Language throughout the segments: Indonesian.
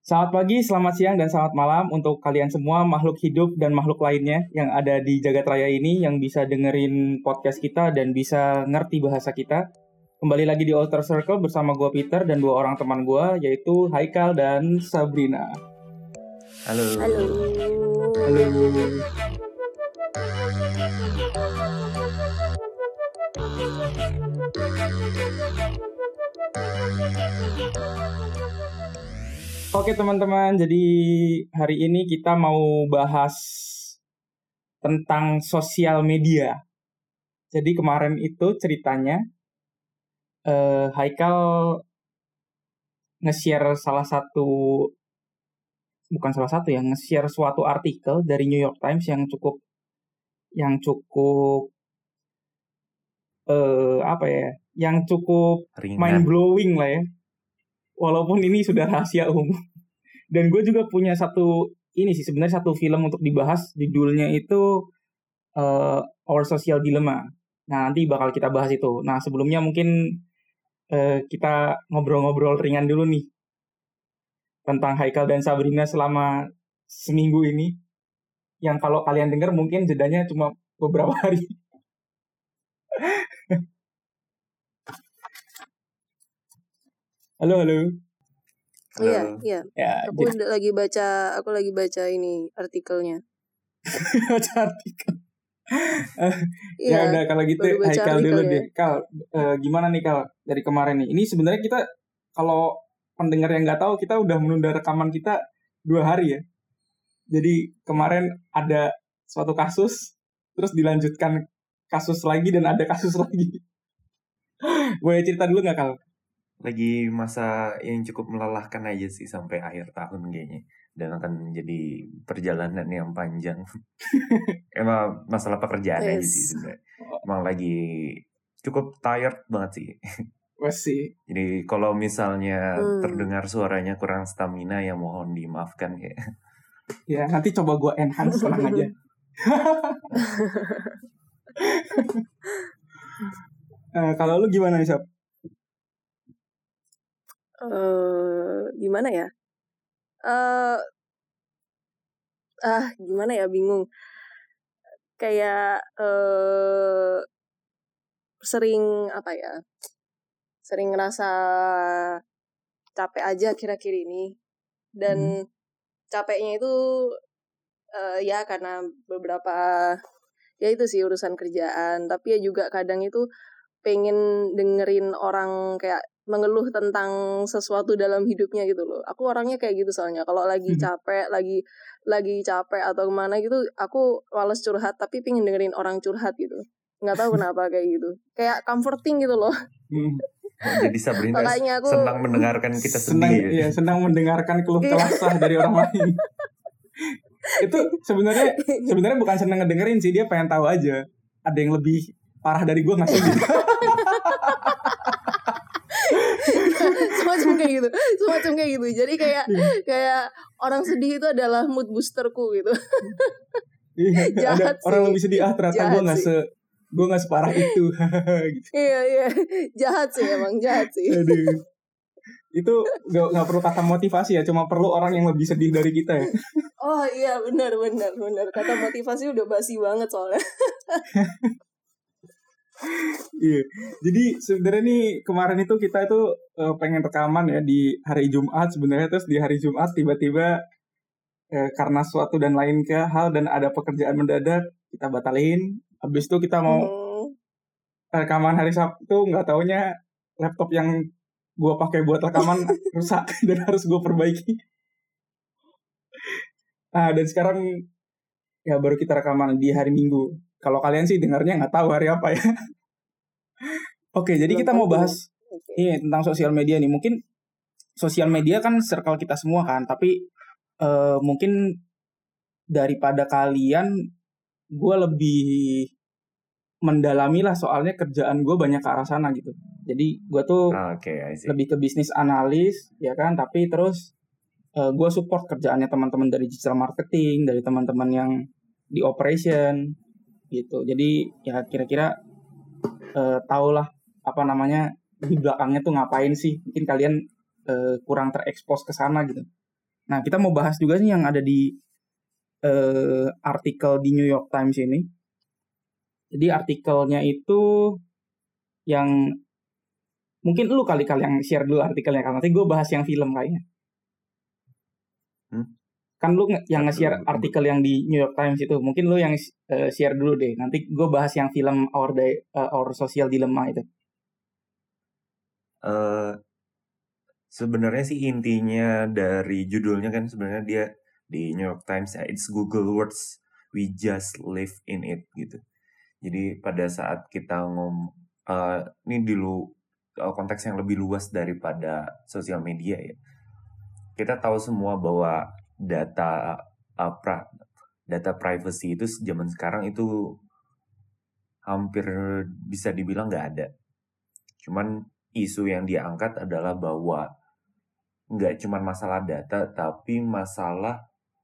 Selamat pagi, selamat siang, dan selamat malam untuk kalian semua makhluk hidup dan makhluk lainnya yang ada di jagat raya ini yang bisa dengerin podcast kita dan bisa ngerti bahasa kita. Kembali lagi di Outer Circle bersama gue Peter dan dua orang teman gue yaitu Haikal dan Sabrina. Halo. Halo. Oke teman-teman, jadi hari ini kita mau bahas tentang sosial media. Jadi kemarin itu ceritanya Haikal nge-share nge-share suatu artikel dari New York Times yang cukup yang cukup mind blowing lah ya. Walaupun ini sudah rahasia umum. Dan gue juga punya satu film untuk dibahas, judulnya itu Our Social Dilemma. Nah, nanti bakal kita bahas itu. Nah, sebelumnya mungkin kita ngobrol-ngobrol ringan dulu nih tentang Haikal dan Sabrina selama seminggu ini. Yang kalau kalian dengar mungkin jedanya cuma beberapa hari. Halo. Iya. Ya, aku lagi baca ini artikelnya. Baca artikel. Ya udah kalau gitu Haikal dulu deh. Kal, gimana nih Kal dari kemarin nih? Ini sebenarnya kita kalau pendengar yang nggak tahu, kita udah menunda rekaman kita 2 hari ya. Jadi kemarin ada suatu kasus, terus dilanjutkan kasus lagi dan ada kasus lagi. Boleh cerita dulu nggak Kal? Lagi masa yang cukup melelahkan aja sih sampai akhir tahun kayaknya. Dan akan menjadi perjalanan yang panjang. Emang masalah pekerjaan aja sih sebenarnya. Emang lagi cukup tired banget sih. Masih. Jadi kalau misalnya terdengar suaranya kurang stamina ya mohon dimaafkan ya. Ya nanti coba gue enhance tenang aja. Kalau lu gimana nih Sob? Gimana ya? Gimana ya, bingung. Kayak sering ngerasa capek aja akhir-akhir ini. Dan capeknya itu ya karena beberapa ya itu sih urusan kerjaan. Tapi ya juga kadang itu pengen dengerin orang kayak mengeluh tentang sesuatu dalam hidupnya gitu loh. Aku orangnya kayak gitu soalnya. Kalau lagi capek, lagi capek atau kemana gitu, aku males curhat tapi pengen dengerin orang curhat gitu. Nggak tahu kenapa kayak gitu. Kayak comforting gitu loh. Jadi Sabrina senang mendengarkan kita sedih. Iya, senang mendengarkan keluh kesah dari orang lain. Itu sebenarnya bukan senang ngedengerin sih, dia pengen tahu aja. Ada yang lebih parah dari gue nggak sih? Semacam kayak gitu. Jadi kayak orang sedih itu adalah mood boosterku gitu. Iya, ada orang lebih sedih, ternyata gue nggak separah itu. Gitu. Iya, jahat sih. Aduh. Itu nggak perlu kata motivasi ya, cuma perlu orang yang lebih sedih dari kita ya. Oh iya, benar. Kata motivasi udah basi banget soalnya. Iya, jadi sebenarnya nih kemarin itu kita itu pengen rekaman ya di hari Jumat sebenarnya, terus di hari Jumat tiba-tiba karena suatu dan lain hal dan ada pekerjaan mendadak kita batalin. Habis itu kita mau rekaman hari Sabtu, nggak taunya laptop yang gue pakai buat rekaman rusak dan harus gue perbaiki. Nah, dan sekarang ya baru kita rekaman di hari Minggu. Kalau kalian sih dengarnya nggak tahu hari apa ya. Oke, jadi kita mau bahas tentang sosial media nih. Mungkin sosial media kan circle kita semua kan, tapi mungkin daripada kalian, gue lebih mendalami lah soalnya kerjaan gue banyak ke arah sana gitu. Jadi gue tuh lebih ke bisnis analis, ya kan. Tapi terus gue support kerjaannya teman-teman dari digital marketing, dari teman-teman yang di operation gitu. Jadi ya kira-kira tahulah di belakangnya tuh ngapain sih. Mungkin kalian kurang terekspos ke sana gitu. Nah, kita mau bahas juga nih yang ada di artikel di New York Times ini. Jadi artikelnya itu yang mungkin lu kali yang share dulu artikelnya, kan nanti gue bahas yang film kayaknya. Kan lu yang nge-share artikel yang di New York Times itu, mungkin lu yang share dulu deh. Nanti gue bahas yang film Our Social Dilemma itu. Sebenarnya sih intinya dari judulnya kan sebenarnya dia di New York Times, it's Google words, we just live in it gitu. Jadi pada saat kita ini dulu konteks yang lebih luas daripada sosial media ya. Kita tahu semua bahwa data privacy itu zaman sekarang itu hampir bisa dibilang nggak ada. Cuman isu yang diangkat adalah bahwa nggak cuma masalah data, tapi masalah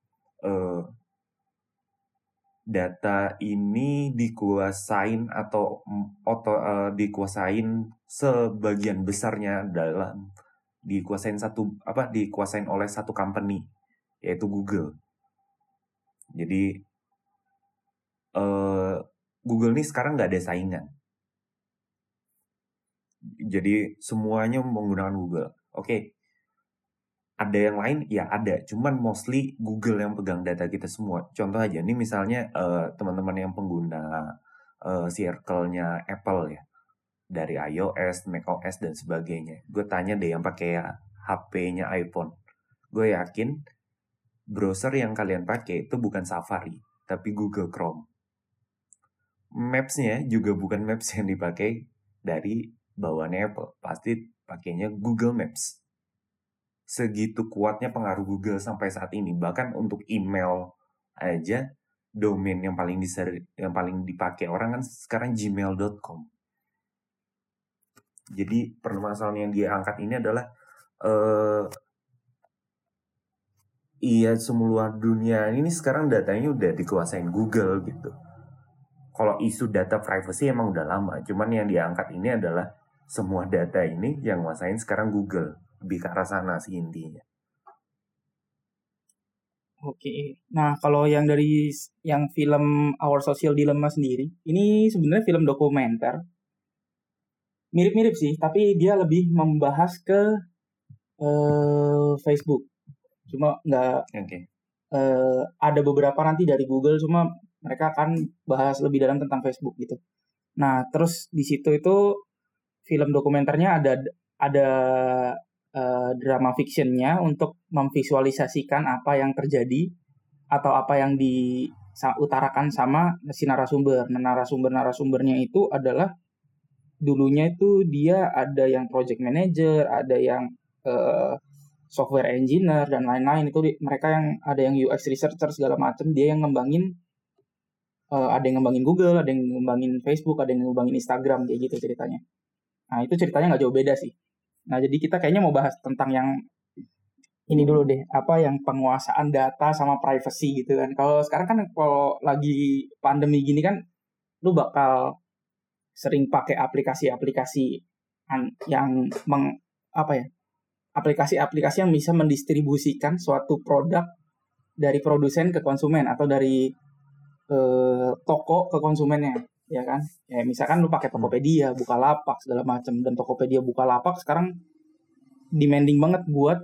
data ini dikuasain dikuasain sebagian besarnya dikuasain oleh satu company, yaitu Google. Jadi Google nih sekarang nggak ada saingan. Jadi semuanya menggunakan Google. Oke. Ada yang lain? Ya ada, cuman mostly Google yang pegang data kita semua. Contoh aja, ini misalnya teman-teman yang pengguna circle-nya Apple ya, dari iOS, macOS, dan sebagainya. Gue tanya deh yang pakai HP-nya iPhone. Gue yakin browser yang kalian pakai itu bukan Safari, tapi Google Chrome. Maps-nya juga bukan Maps yang dipakai dari bawaannya Apple, pasti pakainya Google Maps. Segitu kuatnya pengaruh Google sampai saat ini. Bahkan untuk email aja, domain yang paling dipakai orang kan sekarang gmail.com. Jadi permasalahan yang dia angkat ini adalah semua dunia ini sekarang datanya udah dikuasain Google gitu. Kalau isu data privacy emang udah lama, cuman yang diangkat ini adalah semua data ini yang nguasain sekarang Google. Lebih ke arah sana sih intinya. Oke. Nah, kalau yang dari yang film Our Social Dilemma sendiri, ini sebenarnya film dokumenter. Mirip-mirip sih, tapi dia lebih membahas ke Facebook. Cuma nggak ada beberapa nanti dari Google, cuma mereka akan bahas lebih dalam tentang Facebook gitu. Nah, terus di situ itu film dokumenternya ada drama fictionnya untuk memvisualisasikan apa yang terjadi atau apa yang diutarakan sama si narasumber. Nah, narasumbernya itu adalah dulunya itu dia ada yang project manager, ada yang software engineer dan lain-lain. Itu mereka yang ada yang UX researcher segala macam, dia yang ngembangin ada yang ngembangin Google, ada yang ngembangin Facebook, ada yang ngembangin Instagram, kayak gitu ceritanya. Nah, itu ceritanya nggak jauh beda sih. Nah, jadi kita kayaknya mau bahas tentang yang ini dulu deh, apa yang penguasaan data sama privacy gitu kan. Kalau sekarang kan kalau lagi pandemi gini kan, lu bakal sering pakai aplikasi-aplikasi yang aplikasi-aplikasi yang bisa mendistribusikan suatu produk dari produsen ke konsumen atau dari toko ke konsumennya, ya kan? Ya misalkan lu pakai Tokopedia, Bukalapak segala macam, dan Tokopedia, Bukalapak sekarang demanding banget buat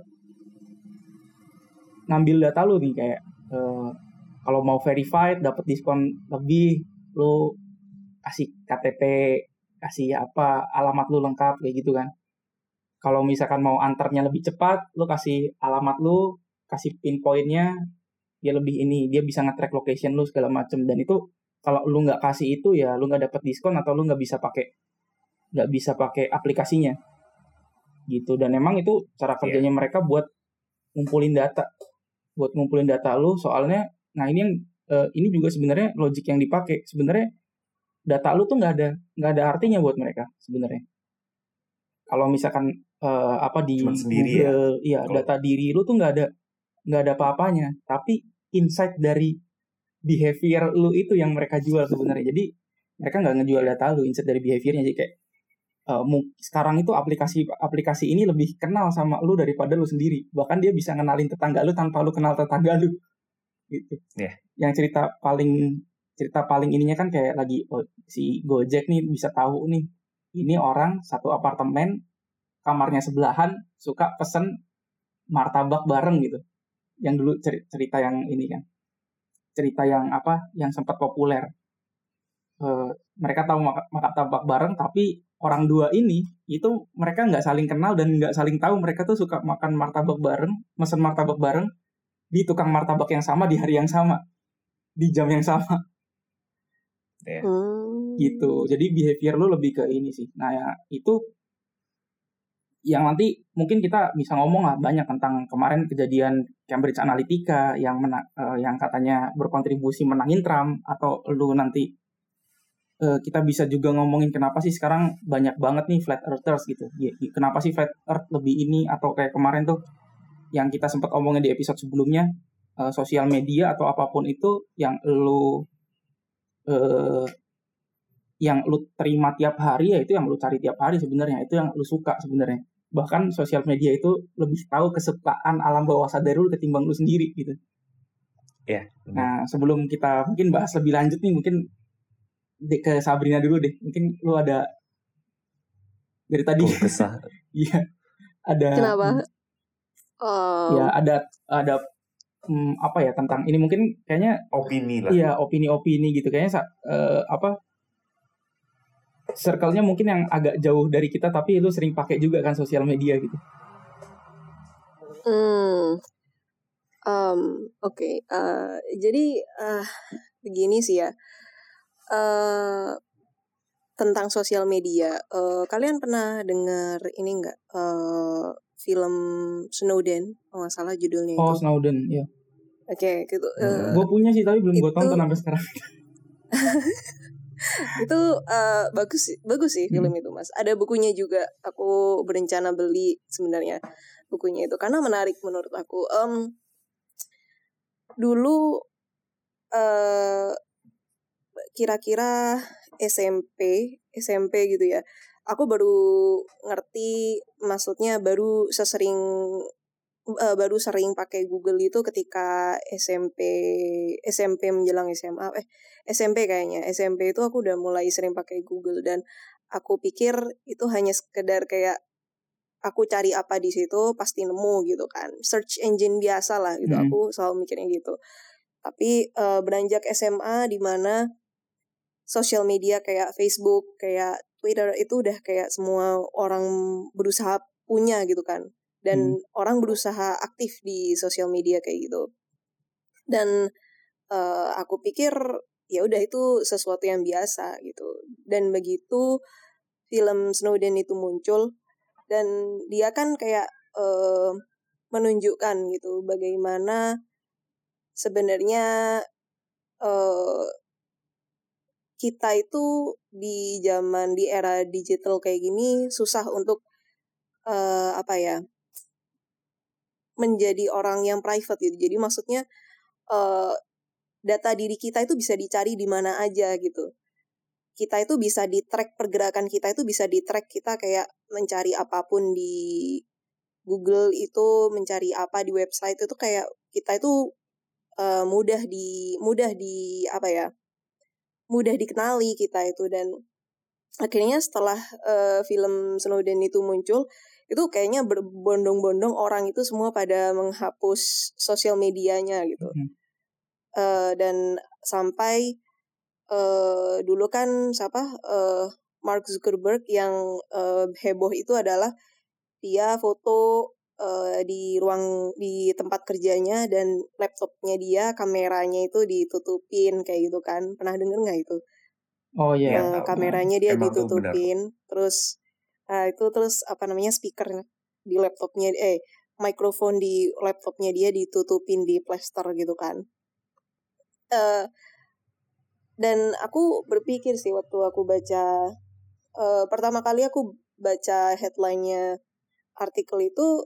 ngambil data lu nih, kayak kalau mau verified dapat diskon lebih, lu kasih KTP, kasih alamat lu lengkap kayak gitu kan. Kalau misalkan mau antarnya lebih cepat, lu kasih alamat lu, kasih pinpointnya, dia lebih dia bisa nge-track location lu segala macam. Dan itu kalau lu nggak kasih itu ya lu nggak dapat diskon atau lu nggak bisa pakai aplikasinya gitu. Dan emang itu cara kerjanya mereka buat ngumpulin data lu. Soalnya nah ini juga sebenarnya logik yang dipakai. Sebenarnya data lu tuh nggak ada artinya buat mereka sebenarnya. Kalau misalkan di Google ya data diri lu tuh nggak ada apa-apanya, tapi insight dari behavior lu itu yang mereka jual sebenarnya. Jadi mereka nggak ngejual data lu, insight dari behaviornya. Jadi kayak sekarang itu aplikasi ini lebih kenal sama lu daripada lu sendiri. Bahkan dia bisa ngenalin tetangga lu tanpa lu kenal tetangga lu. Gitu. Yeah. Yang cerita paling ininya kan kayak lagi si Gojek nih bisa tahu nih ini orang satu apartemen kamarnya sebelahan suka pesen martabak bareng gitu. Yang dulu cerita yang ini kan. Cerita yang yang sempat populer. Mereka tahu makan martabak bareng tapi orang dua ini itu mereka nggak saling kenal dan nggak saling tahu mereka tuh suka makan martabak bareng, mesen martabak bareng di tukang martabak yang sama di hari yang sama, di jam yang sama. Yeah. Gitu. Jadi behavior lu lebih ke ini sih. Nah ya, itu yang nanti mungkin kita bisa ngomong lah banyak tentang kemarin kejadian Cambridge Analytica yang katanya berkontribusi menangin Trump, atau lu nanti kita bisa juga ngomongin kenapa sih sekarang banyak banget nih flat earthers gitu. Kenapa sih flat earth lebih ini, atau kayak kemarin tuh yang kita sempat omongin di episode sebelumnya, sosial media atau apapun itu yang lu terima tiap hari, ya itu yang lu cari tiap hari sebenarnya, itu yang lu suka sebenarnya. Bahkan sosial media itu lebih tahu kesukaan alam bawah sadar lu ketimbang lu sendiri gitu. Iya. Nah, sebelum kita mungkin bahas lebih lanjut nih, mungkin ke Sabrina dulu deh. Mungkin lu ada dari tadi. Kesah. Iya. Ada. Kenapa? Ya ada apa ya tentang ini, mungkin kayaknya opini lah. Iya, opini gitu kayaknya circle-nya mungkin yang agak jauh dari kita, tapi lu sering pakai juga kan sosial media gitu. Oke. Jadi begini sih ya. Tentang sosial media, kalian pernah dengar ini nggak, film Snowden, kalau nggak salah judulnya itu. Snowden, ya. Oke, gitu. Gue punya sih tapi belum gue tonton sampai sekarang. Itu bagus sih film itu, Mas. Ada bukunya juga. Aku berencana beli sebenarnya bukunya itu karena menarik menurut aku. Dulu kira-kira SMP gitu ya. Aku baru ngerti, maksudnya baru sering pakai Google itu ketika SMP menjelang SMA. SMP kayaknya. SMP itu aku udah mulai sering pakai Google, dan aku pikir itu hanya sekedar kayak aku cari apa di situ pasti nemu gitu kan. Search engine biasa lah gitu. Aku selalu mikirnya gitu. Tapi beranjak SMA di mana sosial media kayak Facebook, kayak Twitter itu udah kayak semua orang berusaha punya gitu kan. Dan orang berusaha aktif di sosial media kayak gitu. Dan aku pikir ya udah itu sesuatu yang biasa gitu. Dan begitu film Snowden itu muncul, dan dia kan kayak menunjukkan gitu bagaimana sebenarnya kita itu di era digital kayak gini susah untuk menjadi orang yang private gitu. Jadi maksudnya data diri kita itu bisa dicari di mana aja gitu. Kita itu bisa di-track, pergerakan kita itu bisa di-track. Kita kayak mencari apapun di Google itu, mencari apa di website itu kayak kita itu mudah dikenali kita itu. Dan akhirnya setelah film Snowden itu muncul, itu kayaknya berbondong-bondong orang itu semua pada menghapus sosial medianya gitu. Dan sampai dulu kan Mark Zuckerberg yang heboh itu adalah dia foto di tempat kerjanya, dan laptopnya dia, kameranya itu ditutupin kayak gitu kan. Pernah denger nggak itu? Oh iya. Kameranya dia ditutupin, terus speaker di laptopnya, mikrofon di laptopnya dia ditutupin di plester gitu kan. Dan aku berpikir sih waktu aku baca pertama kali aku baca headline-nya artikel itu,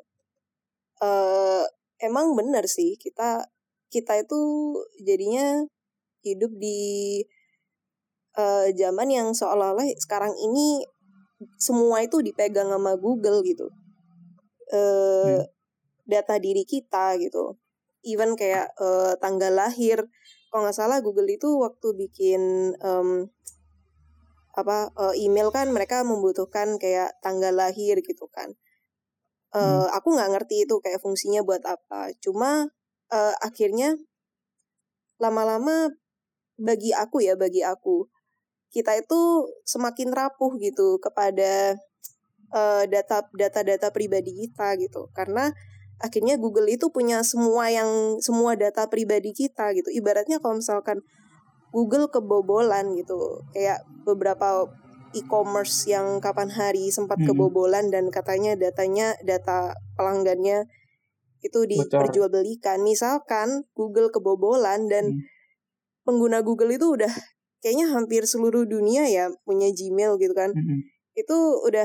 emang benar sih kita itu jadinya hidup di zaman yang seolah-olah sekarang ini semua itu dipegang sama Google gitu. Data diri kita gitu. Even kayak tanggal lahir, kalau nggak salah Google itu waktu bikin email kan mereka membutuhkan kayak tanggal lahir gitu kan. Aku nggak ngerti itu kayak fungsinya buat apa. Cuma akhirnya lama-lama bagi aku kita itu semakin rapuh gitu kepada data pribadi kita gitu, karena akhirnya Google itu punya semua data pribadi kita gitu. Ibaratnya kalau misalkan Google kebobolan gitu, kayak beberapa e-commerce yang kapan hari sempat kebobolan dan katanya data pelanggannya itu diperjualbelikan. Misalkan Google kebobolan dan pengguna Google itu udah kayaknya hampir seluruh dunia ya punya Gmail gitu kan. Itu udah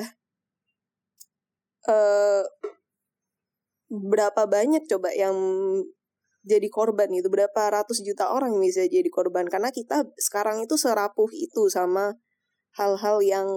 berapa banyak coba yang jadi korban gitu, berapa ratus juta orang bisa jadi korban karena kita sekarang itu serapuh itu sama hal-hal yang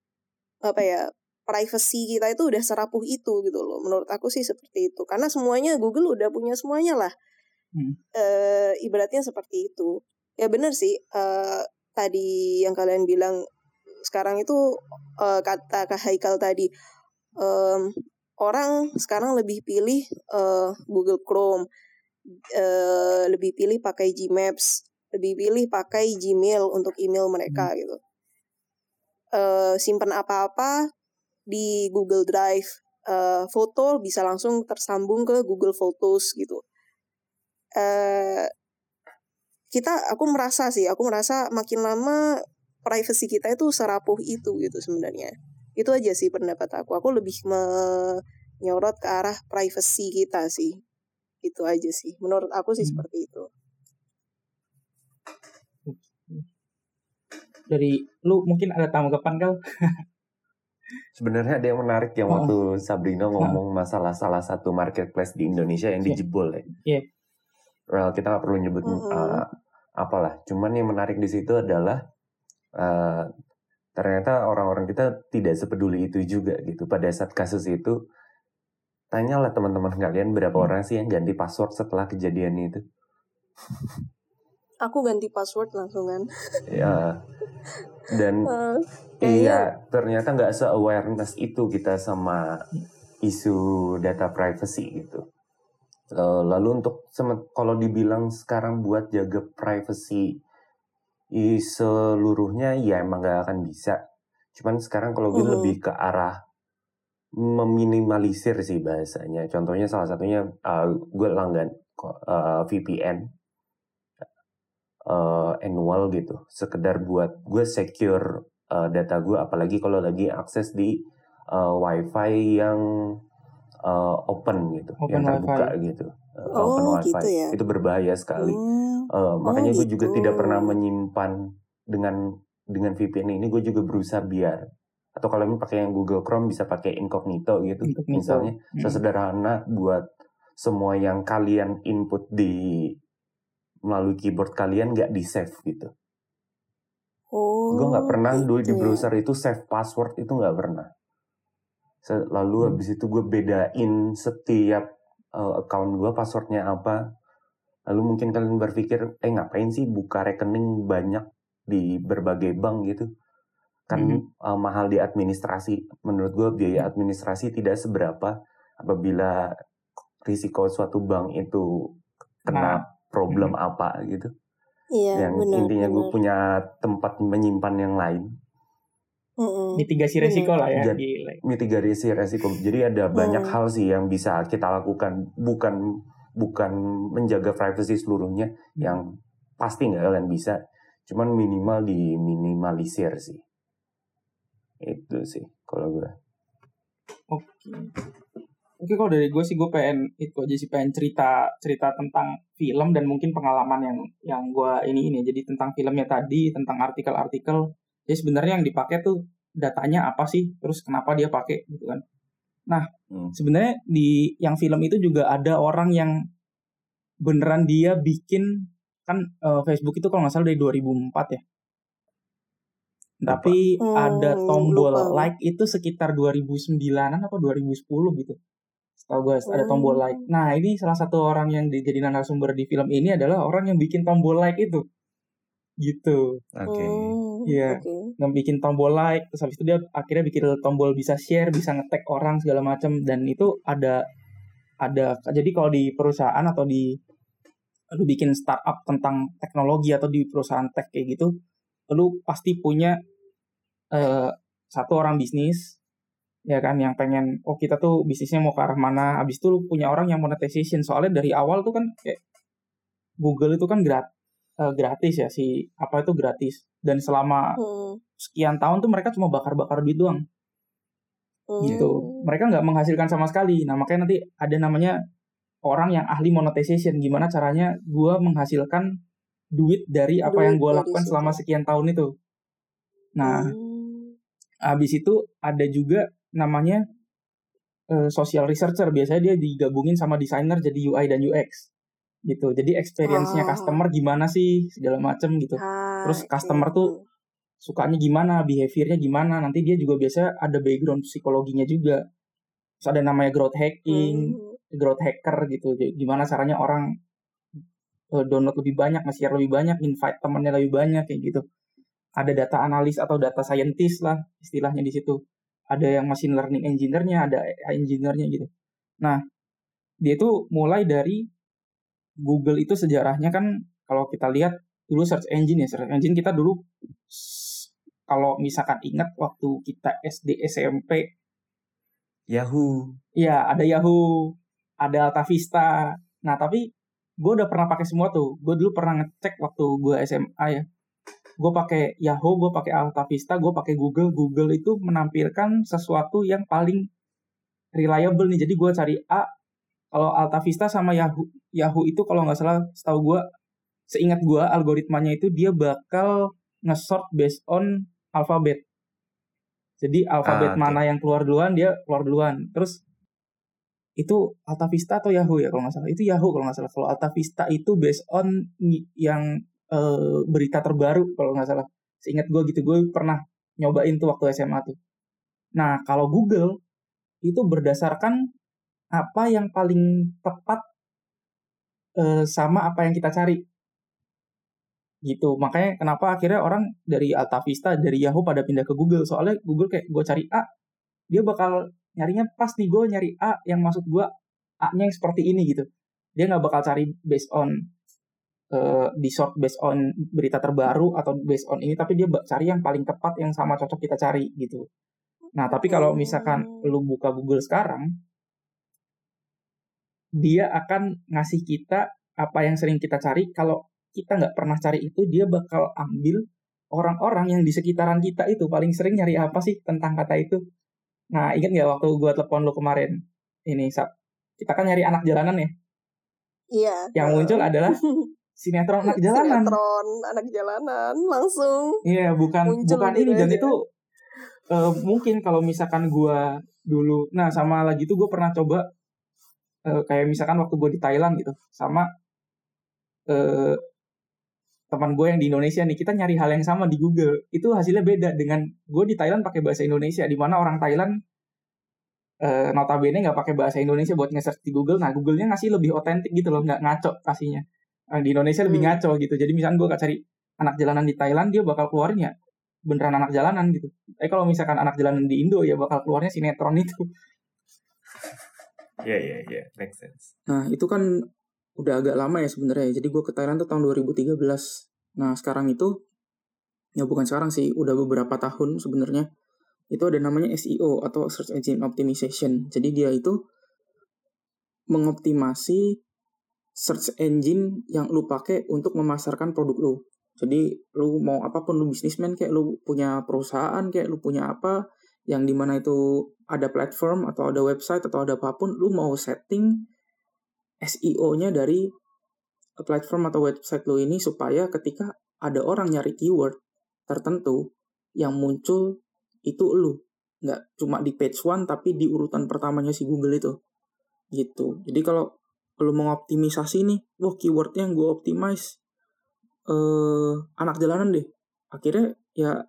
privacy kita itu udah serapuh itu gitu loh. Menurut aku sih seperti itu, karena semuanya Google udah punya semuanya lah. Ibaratnya seperti itu. Ya benar sih, tadi yang kalian bilang sekarang itu kata Kak Haikal tadi, orang sekarang lebih pilih Google Chrome, lebih pilih pakai Gmaps, lebih pilih pakai Gmail untuk email mereka gitu. Simpan apa-apa di Google Drive, foto bisa langsung tersambung ke Google Photos gitu. Aku merasa makin lama privacy kita itu serapuh itu gitu sebenarnya. Itu aja sih pendapat aku. Aku lebih menyorot ke arah privacy kita sih. Itu aja sih. Menurut aku sih seperti itu. Dari lu mungkin ada tanggapan Kal? Sebenarnya ada yang menarik yang waktu Sabrina ngomong masalah salah satu marketplace di Indonesia yang dijebol ya. Well, kita nggak perlu nyebut apalah. Cuman yang menarik di situ adalah ternyata orang-orang kita tidak sepeduli itu juga gitu. Pada saat kasus itu, tanyalah teman-teman kalian berapa orang sih yang ganti password setelah kejadian itu. Aku ganti password langsung kan. Ya. Dan ternyata nggak se-awareness itu kita sama isu data privacy gitu. Lalu untuk kalau dibilang sekarang buat jaga privacy seluruhnya ya emang gak akan bisa. Cuman sekarang kalau gue lebih ke arah meminimalisir sih bahasanya. Contohnya salah satunya gue langgan VPN annual gitu. Sekedar buat gue secure data gue, apalagi kalau lagi akses di wifi yang open gitu, yang terbuka wifi. Gitu. Open wifi gitu ya? Itu berbahaya sekali. Makanya gue juga tidak pernah menyimpan dengan VPN ini. Gue juga berusaha biar, atau kalau pakai yang Google Chrome bisa pakai incognito gitu. Misalnya sesederhana buat semua yang kalian input melalui keyboard kalian nggak di save gitu. Gue nggak pernah dulu di browser itu save password, itu nggak pernah. Lalu habis itu gue bedain setiap account gue passwordnya apa. Lalu mungkin kalian berpikir, ngapain sih buka rekening banyak di berbagai bank gitu? Kan mahal di administrasi. Menurut gue biaya administrasi tidak seberapa apabila risiko suatu bank itu kena problem apa gitu. Iya, yang intinya gue punya tempat menyimpan yang lain. Mitigasi resiko lah ya. Mitigasi resiko. Jadi ada banyak hal sih yang bisa kita lakukan. Bukan menjaga privacy seluruhnya, yang pasti nggak kalian bisa, cuman minimal diminimalisir sih. Itu sih kalau gue. Oke, kalau dari gue sih gue pengen cerita tentang film dan mungkin pengalaman yang gue ini. Jadi tentang filmnya tadi, tentang artikel-artikel. Jadi sebenarnya yang dipakai tuh datanya apa sih, terus kenapa dia pakai gitu kan. Nah, sebenarnya di yang film itu juga ada orang yang beneran dia bikin kan Facebook itu kalau nggak salah dari 2004 ya. Tapi ada tombol lupa. like itu sekitar 2009-an apa 2010 gitu. Setahu gue ada tombol like. Nah, ini salah satu orang yang jadi narasumber di film ini adalah orang yang bikin tombol like itu. Gitu. Oke. Iya. Yang bikin tombol like, terus habis itu dia akhirnya bikin tombol bisa share, bisa nge-tag orang segala macam, dan itu ada jadi kalau di perusahaan atau lu bikin startup tentang teknologi atau di perusahaan tech kayak gitu, lu pasti punya satu orang bisnis ya kan yang pengen kita tuh bisnisnya mau ke arah mana. Abis itu lu punya orang yang monetization, soalnya dari awal tuh kan kayak Google itu kan gratis ya, gratis, dan selama sekian tahun tuh mereka cuma bakar-bakar duit doang gitu. Mereka nggak menghasilkan sama sekali. Nah, makanya nanti ada namanya orang yang ahli monetization, gimana caranya gue menghasilkan duit dari apa yang gue lakukan selama sekian tahun itu. Nah, habis itu ada juga namanya social researcher. Biasanya dia digabungin sama desainer jadi UI dan UX gitu. Jadi experience-nya customer gimana sih segala macem gitu. Terus customer tuh sukanya gimana, behavior-nya gimana. Nanti dia juga biasa ada background psikologinya juga. Terus ada namanya growth hacking, growth hacker gitu. Jadi, gimana caranya orang download lebih banyak, nge-share lebih banyak, invite temannya lebih banyak kayak gitu. Ada data analis atau data scientist lah istilahnya di situ. Ada yang machine learning engineer-nya, ada AI engineer-nya gitu. Nah, dia itu mulai dari Google itu sejarahnya kan kalau kita lihat dulu search engine kita dulu kalau misalkan ingat waktu kita SD SMP Yahoo. Iya, ada Yahoo, ada Alta Vista. Nah, tapi gue udah pernah pakai semua tuh. Gue dulu pernah ngecek waktu gue SMA ya. Gue pakai Yahoo, gue pakai Alta Vista, gue pakai Google. Google itu menampilkan sesuatu yang paling reliable nih. Jadi gue cari A. Kalau Alta Vista sama Yahoo itu kalau nggak salah, setahu gue, seingat gue algoritmanya itu dia bakal nge-sort based on alfabet. Jadi alfabet mana yang keluar duluan, dia keluar duluan. Terus itu Alta Vista atau Yahoo ya kalau nggak salah. Itu Yahoo kalau nggak salah. Kalau Alta Vista itu based on yang berita terbaru kalau nggak salah. Seingat gue gitu, gue pernah nyobain tuh waktu SMA tuh. Nah, kalau Google itu berdasarkan apa yang paling tepat sama apa yang kita cari. Gitu. Makanya kenapa akhirnya orang dari Alta Vista, dari Yahoo pada pindah ke Google. Soalnya Google kayak gue cari A, dia bakal nyarinya pas nih, gue nyari A yang maksud gue A-nya yang seperti ini gitu. Dia nggak bakal cari based on di sort based on berita terbaru atau based on ini, tapi dia cari yang paling tepat yang sama cocok kita cari gitu. Nah, tapi kalau misalkan lu buka Google sekarang, dia akan ngasih kita apa yang sering kita cari. Kalau kita nggak pernah cari itu, dia bakal ambil orang-orang yang di sekitaran kita itu paling sering nyari apa sih tentang kata itu. Nah, ingat nggak waktu gue telepon lu kemarin? Ini, kita kan nyari anak jalanan ya? Iya. Yang muncul adalah sinetron anak jalanan. Sinetron anak jalanan langsung. Iya, bukan ini aja. Dan itu mungkin kalau misalkan gue dulu, nah sama lagi tuh gue pernah coba kayak misalkan waktu gue di Thailand gitu, sama teman gue yang di Indonesia nih, kita nyari hal yang sama di Google, itu hasilnya beda. Dengan gue di Thailand pakai bahasa Indonesia, di mana orang Thailand notabene nggak pakai bahasa Indonesia buat nge-search di Google. Nah, Google-nya ngasih lebih otentik gitu loh, nggak ngaco kasihnya. Di Indonesia lebih ngaco gitu. Jadi misalkan gue cari anak jalanan di Thailand, dia bakal keluarnya beneran anak jalanan gitu. Kalau misalkan anak jalanan di Indo, ya bakal keluarnya sinetron itu. Iya, make sense. Nah, itu kan udah agak lama ya sebenarnya. Jadi gue ke Thailand tuh tahun 2013. Nah, sekarang itu, ya bukan sekarang sih, udah beberapa tahun sebenarnya. Itu ada namanya SEO atau Search Engine Optimization. Jadi dia itu mengoptimasi search engine yang lu pakai untuk memasarkan produk lu. Jadi lu mau apapun, lu bisnismen kayak lu punya perusahaan kayak lu punya apa, yang dimana itu ada platform atau ada website atau ada apapun, lu mau setting SEO-nya dari platform atau website lu ini supaya ketika ada orang nyari keyword tertentu, yang muncul itu lu. Nggak cuma di page 1 tapi di urutan pertamanya si Google itu. Gitu. Jadi kalau lu mengoptimisasi nih, keywordnya yang gue optimize anak jalanan deh. Akhirnya ya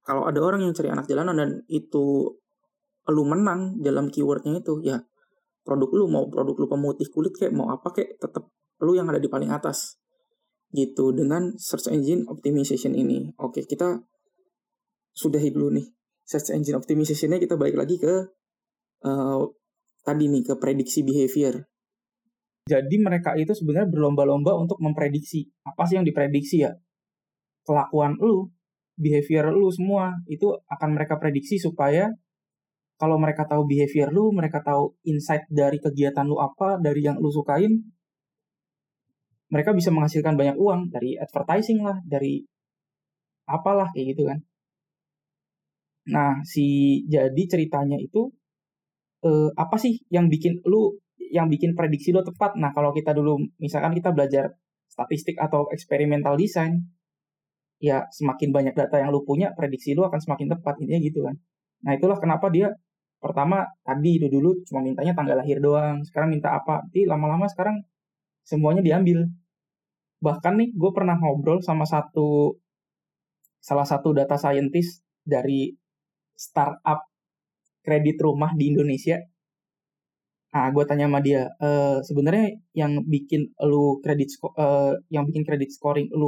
kalau ada orang yang cari anak jalanan dan itu lu menang dalam keywordnya itu, ya produk lu mau produk lu pemutih kulit kayak mau apa kayak tetap lu yang ada di paling atas gitu dengan search engine optimization ini. Oke, kita sudahi dulu nih search engine optimization-nya, kita balik lagi ke tadi nih ke prediksi behavior. Jadi mereka itu sebenarnya berlomba-lomba untuk memprediksi. Apa sih yang diprediksi ya? Kelakuan lu, behavior lu semua itu akan mereka prediksi supaya kalau mereka tahu behavior lu, mereka tahu insight dari kegiatan lu apa, dari yang lu sukain, mereka bisa menghasilkan banyak uang dari advertising lah, dari apalah kayak gitu kan. Nah, jadi ceritanya itu apa sih yang bikin prediksi lo tepat? Nah, kalau kita dulu misalkan kita belajar statistik atau experimental design, ya semakin banyak data yang lo punya, prediksi lo akan semakin tepat, intinya gitu kan. Nah, itulah kenapa dia pertama tadi itu dulu cuma mintanya tanggal lahir doang, sekarang minta apa? Jadi lama-lama sekarang semuanya diambil. Bahkan nih, gue pernah ngobrol sama salah satu data scientist dari startup kredit rumah di Indonesia. Nah, gue tanya sama dia, sebenarnya yang bikin lu yang bikin kredit scoring lu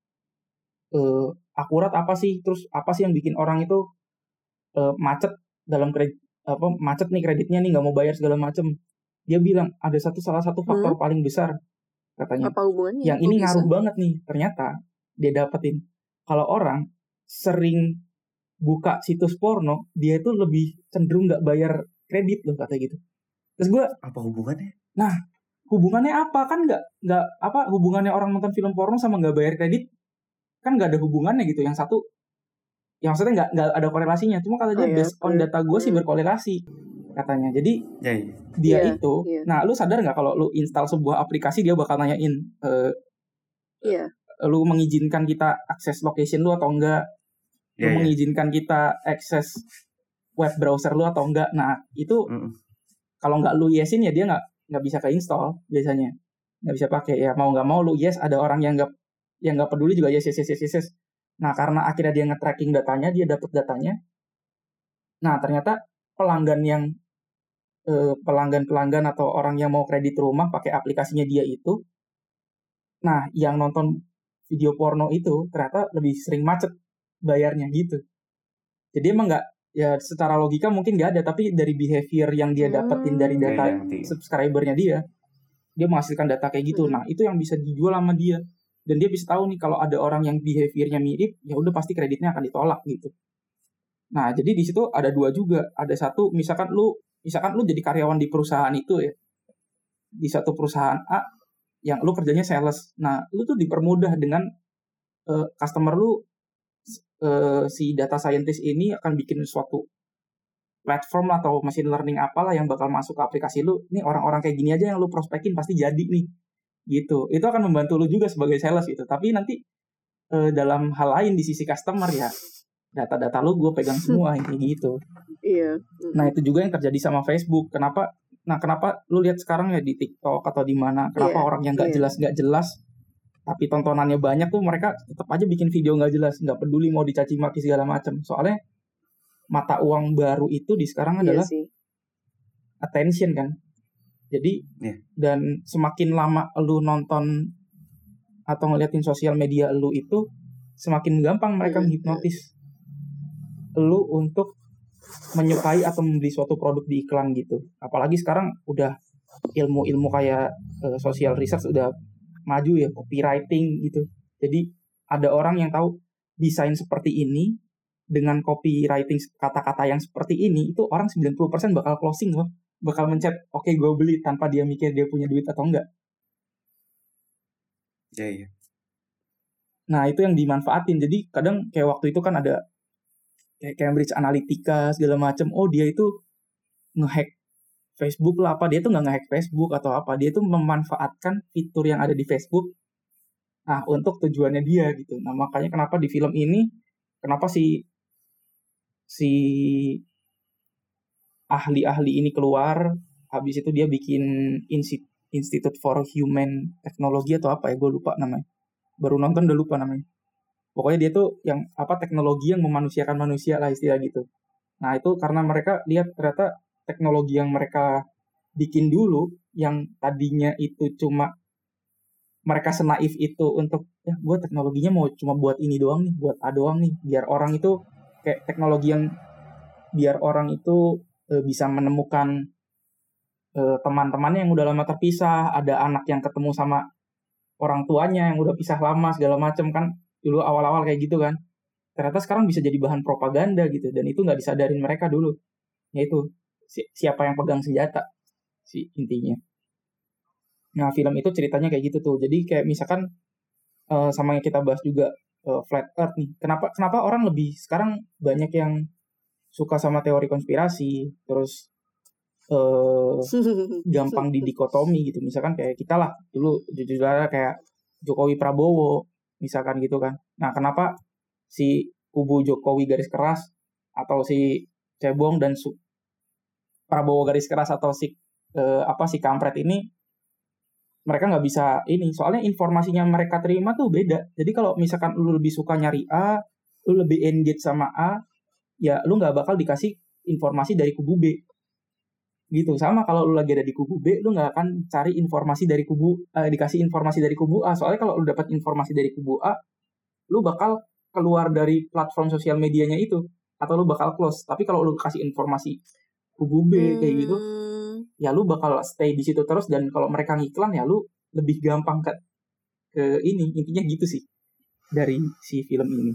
akurat apa sih? Terus apa sih yang bikin orang itu macet dalam kredit, macet nih kreditnya nih, nggak mau bayar segala macem. Dia bilang ada salah satu faktor paling besar katanya. Apa hubungannya? Yang ini ngaruh banget nih. Ternyata dia dapetin kalau orang sering buka situs porno, dia itu lebih cenderung nggak bayar kredit loh, katanya gitu. Terus gue, apa hubungannya? Nah, hubungannya apa? Kan nggak apa hubungannya orang nonton film porno sama nggak bayar kredit? Kan nggak ada hubungannya gitu. Yang satu, yang maksudnya nggak ada korelasinya. Cuma kata dia based on data gue sih berkorelasi katanya. Jadi dia itu, nah lu sadar nggak kalau lu install sebuah aplikasi dia bakal nanyain, lu mengizinkan kita akses location lu atau enggak? Lu mengizinkan kita akses web browser lu atau enggak? Nah itu kalau nggak lu yesin ya dia nggak bisa keinstall biasanya, nggak bisa pakai. Ya mau nggak mau lu yes, ada orang yang nggak peduli juga yes. Nah karena akhirnya dia nge-tracking datanya, dia dapet datanya. Nah ternyata pelanggan atau orang yang mau kredit rumah pakai aplikasinya dia itu, nah yang nonton video porno itu ternyata lebih sering macet bayarnya gitu. Jadi emang nggak, ya secara logika mungkin nggak ada, tapi dari behavior yang dia dapetin dari data subscribernya dia menghasilkan data kayak gitu. Nah itu yang bisa dijual sama dia, dan dia bisa tahu nih kalau ada orang yang behaviornya mirip, ya udah pasti kreditnya akan ditolak gitu. Nah jadi di situ ada dua juga, ada satu misalkan lu jadi karyawan di perusahaan itu ya, di satu perusahaan A yang lu kerjanya sales. Nah lu tuh dipermudah dengan customer lu, si data scientist ini akan bikin suatu platform atau machine learning apalah yang bakal masuk ke aplikasi lu. Nih orang-orang kayak gini aja yang lu prospekin pasti jadi nih gitu. Itu akan membantu lu juga sebagai sales gitu. Tapi nanti dalam hal lain di sisi customer ya, data-data lu gue pegang semua kayak gitu. Iya. Nah itu juga yang terjadi sama Facebook. Kenapa lu lihat sekarang ya di TikTok atau di mana, kenapa orang yang nggak jelas tapi tontonannya banyak tuh, mereka tetap aja bikin video nggak jelas, nggak peduli mau dicaci maki segala macam. Soalnya mata uang baru itu di sekarang adalah attention kan. Jadi dan semakin lama lu nonton atau ngeliatin sosial media lu itu, semakin gampang mereka menghipnotis lu untuk menyukai atau membeli suatu produk di iklan gitu. Apalagi sekarang udah ilmu kayak social research udah maju ya, copywriting gitu. Jadi ada orang yang tahu desain seperti ini dengan copywriting kata-kata yang seperti ini, itu orang 90% bakal closing loh, bakal mencet oke, gue beli, tanpa dia mikir dia punya duit atau enggak. Iya. Nah itu yang dimanfaatin. Jadi kadang kayak waktu itu kan ada kayak Cambridge Analytica segala macam. Oh dia itu ngehack Facebook lah apa, dia tuh nggak ngehack Facebook atau apa, dia tuh memanfaatkan fitur yang ada di Facebook untuk tujuannya dia gitu. Nah makanya kenapa di film ini, kenapa si ahli-ahli ini keluar, habis itu dia bikin Institute for Human Technology atau apa ya, gue lupa namanya, baru nonton udah lupa namanya. Pokoknya dia tuh yang teknologi yang memanusiakan manusia lah istilah gitu. Nah itu karena mereka lihat ternyata teknologi yang mereka bikin dulu, yang tadinya itu cuma mereka senaif itu untuk ya gue teknologinya mau cuma buat ini doang nih, buat A doang nih, biar orang itu kayak teknologi yang biar orang itu bisa menemukan teman-temannya yang udah lama terpisah, ada anak yang ketemu sama orang tuanya yang udah pisah lama segala macem kan, dulu awal-awal kayak gitu kan. Ternyata sekarang bisa jadi bahan propaganda gitu, dan itu nggak disadarin mereka dulu. Yaitu siapa yang pegang senjata sih intinya. Nah film itu ceritanya kayak gitu tuh. Jadi kayak misalkan sama yang kita bahas juga flat earth nih. Kenapa orang lebih sekarang banyak yang suka sama teori konspirasi, terus gampang didikotomi gitu. Misalkan kayak kita lah dulu jujur aja kayak Jokowi Prabowo misalkan gitu kan. Nah kenapa si kubu Jokowi garis keras atau si Cebong dan Prabowo garis keras atau si kampret ini mereka nggak bisa ini, soalnya informasinya mereka terima tuh beda. Jadi kalau misalkan lu lebih suka nyari A, lu lebih engage sama A, ya lu nggak bakal dikasih informasi dari kubu B gitu. Sama kalau lu lagi ada di kubu B, lu nggak akan cari informasi dari dikasih informasi dari kubu A. Soalnya kalau lu dapat informasi dari kubu A, lu bakal keluar dari platform sosial medianya itu, atau lu bakal close. Tapi kalau lu kasih informasi kubu B kayak gitu, ya lu bakal stay di situ terus. Dan kalau mereka ngiklan ya lu lebih gampang ke ini. Intinya gitu sih dari si film ini.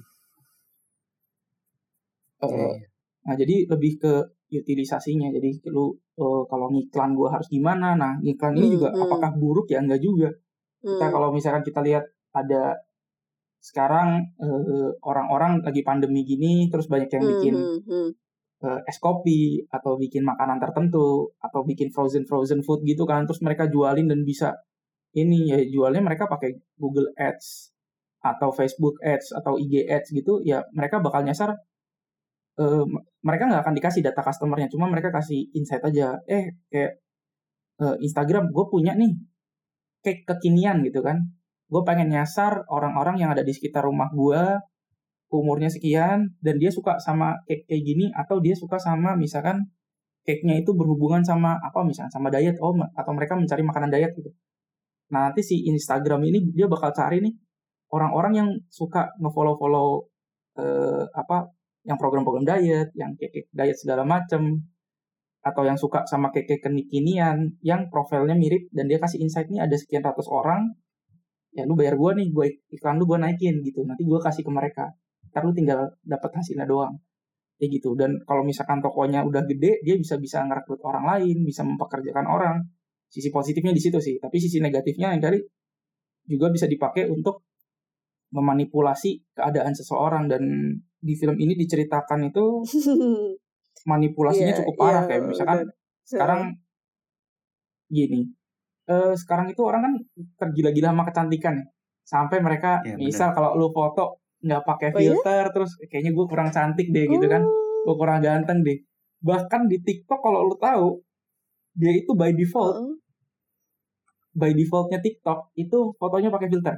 Nah jadi lebih ke utilisasinya. Jadi lu kalau ngiklan gue harus gimana. Nah ngiklan ini juga apakah buruk ya? Enggak juga. Kita kalau misalkan kita lihat ada sekarang orang-orang lagi pandemi gini, terus banyak yang bikin es kopi atau bikin makanan tertentu atau bikin frozen food gitu kan, terus mereka jualin dan bisa ini ya, jualnya mereka pakai Google Ads atau Facebook Ads atau IG Ads gitu ya. Mereka bakal nyasar, mereka nggak akan dikasih data customernya, cuma mereka kasih insight aja. Kayak Instagram, gue punya nih cake kekinian gitu kan, gue pengen nyasar orang-orang yang ada di sekitar rumah gue, umurnya sekian, dan dia suka sama cake kayak gini, atau dia suka sama misalkan cake-nya itu berhubungan sama misalkan sama diet, atau mereka mencari makanan diet gitu. Nah nanti si Instagram ini dia bakal cari nih orang-orang yang suka nge-follow yang program-program diet, yang cake diet segala macem, atau yang suka sama cake kekinian yang profilnya mirip, dan dia kasih insight nih ada sekian ratus orang, ya lu bayar gue nih, gue iklan lu gue naikin gitu, nanti gue kasih ke mereka, ntar lu tinggal dapat hasilnya doang kayak gitu. Dan kalau misalkan tokonya udah gede, dia bisa ngerekrut orang lain, bisa mempekerjakan orang. Sisi positifnya di situ sih, tapi sisi negatifnya yang tadi juga bisa dipakai untuk memanipulasi keadaan seseorang. Dan di film ini diceritakan itu manipulasinya cukup parah, kayak misalkan sekarang gini, sekarang itu orang kan tergila-gila sama kecantikan ya, sampai mereka misal kalau lu foto nggak pakai filter, terus kayaknya gue kurang cantik deh gitu kan, gue kurang ganteng deh. Bahkan di TikTok kalau lu tahu, dia itu by defaultnya TikTok itu fotonya pakai filter.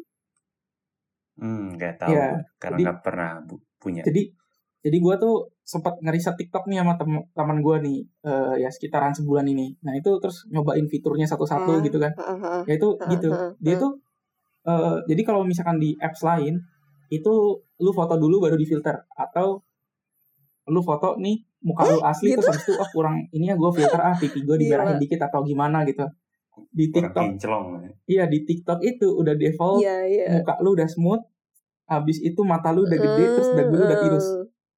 Nggak tahu ya, karena nggak pernah punya. Jadi gue tuh sempat ngeriset TikTok nih sama teman gue nih, ya sekitaran sebulan ini. Nah itu terus nyobain fiturnya satu-satu gitu kan. Ya itu gitu. Dia tuh jadi kalau misalkan di apps lain itu lu foto dulu baru difilter, atau lu foto nih muka lu asli gitu? Terus habis itu kurang ini ya gue filter pipi gue dimerahin dikit atau gimana gitu. Di TikTok, iya di TikTok itu udah default, muka lu udah smooth, habis itu mata lu udah gede, terus dagu lu udah tirus.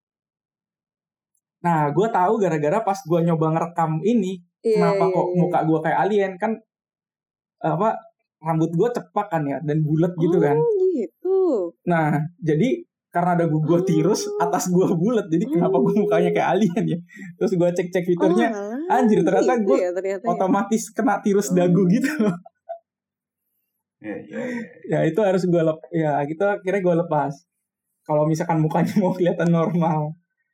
Nah gue tahu gara-gara pas gue nyoba ngerekam ini, kenapa kok muka gue kayak alien kan, rambut gue cepak kan ya, dan bulat gitu kan. Gitu. Nah jadi karena ada gue tirus, atas gue bulat, jadi kenapa gue mukanya kayak alien ya. Terus gue cek fiturnya, anjir ternyata gue otomatis kena tirus dagu gitu. Ya itu harus gue gitu akhirnya gue lepas. Kalau misalkan mukanya mau kelihatan normal.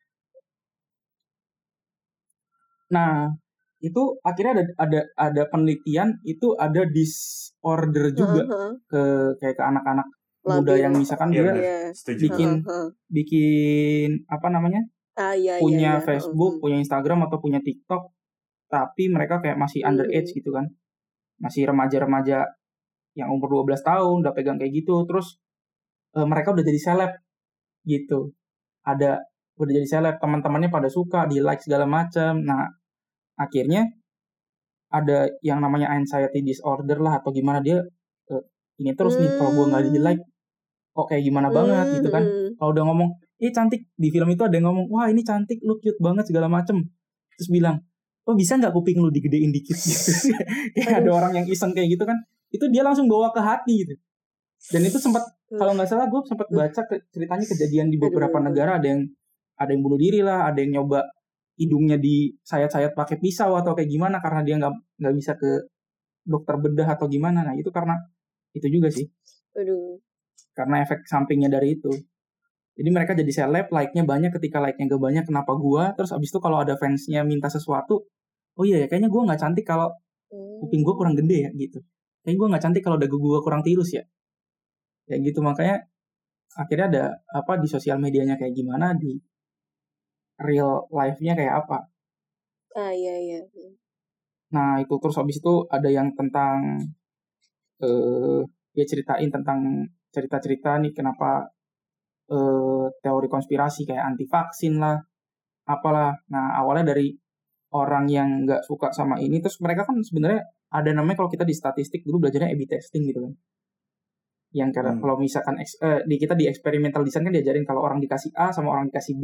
Nah itu akhirnya ada penelitian, itu ada disorder juga kayak ke anak-anak. muda yang misalkan dia setuju. bikin apa namanya punya Facebook, punya Instagram atau punya TikTok, tapi mereka kayak masih underage gitu kan, masih remaja-remaja yang umur 12 tahun udah pegang kayak gitu, terus mereka udah jadi seleb gitu, udah jadi seleb, teman-temannya pada suka, di like segala macam. Nah akhirnya ada yang namanya anxiety disorder lah atau gimana, dia ini terus nih, kalau gue nggak di like kok kayak gimana banget gitu kan. Kalau udah ngomong cantik, di film itu ada yang ngomong wah ini cantik, lu cute banget segala macem, terus bilang oh bisa nggak kuping lu digedein dikit gitu. Kayak ada orang yang iseng kayak gitu kan, itu dia langsung bawa ke hati gitu. Dan itu sempat, kalau nggak salah gue sempat baca ceritanya kejadian di beberapa negara, ada yang bunuh diri lah, ada yang nyoba hidungnya disayat-sayat pakai pisau atau kayak gimana karena dia nggak bisa ke dokter bedah atau gimana. Nah itu karena itu juga sih. Karena efek sampingnya dari itu. Jadi mereka jadi seleb, like-nya banyak, ketika like-nya gak banyak kenapa gua, terus abis itu kalau ada fansnya minta sesuatu, oh iya ya kayaknya gua gak cantik kalau kuping gua kurang gede ya gitu. Kayaknya gua gak cantik kalau dagu gua kurang tirus ya. Kayak gitu, makanya akhirnya ada di sosial medianya kayak gimana, di real life-nya kayak apa. Iya. Nah itu, terus abis itu ada yang tentang dia ceritain tentang cerita-cerita nih kenapa teori konspirasi kayak anti vaksin lah apalah. Nah awalnya dari orang yang nggak suka sama ini, terus mereka kan sebenarnya ada namanya, kalau kita di statistik dulu belajarnya A/B testing gitu kan, yang kalau misalkan kita di experimental design kan diajarin kalau orang dikasih A sama orang dikasih B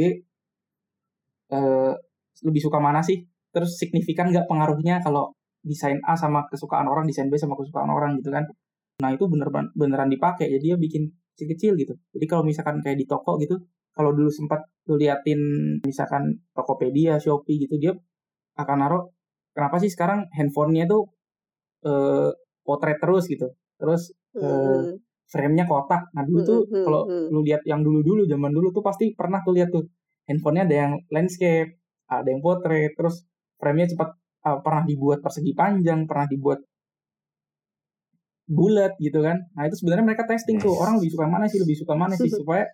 lebih suka mana sih, terus signifikan nggak pengaruhnya kalau desain A sama kesukaan orang, desain B sama kesukaan orang gitu kan. Nah itu beneran dipakai, jadi dia bikin kecil-kecil gitu. Jadi kalau misalkan kayak di toko gitu, kalau dulu sempat lu liatin misalkan Tokopedia, Shopee gitu, dia akan naruh kenapa sih sekarang handphonenya tuh potret terus gitu, terus frame-nya kotak. Nah dulu tuh kalau lu lihat yang dulu zaman dulu tuh pasti pernah tuh lihat tuh handphonenya ada yang landscape, ada yang potret, terus frame-nya cepat, pernah dibuat persegi panjang, pernah dibuat bulat gitu kan. Nah itu sebenarnya mereka testing tuh orang lebih suka mana sih supaya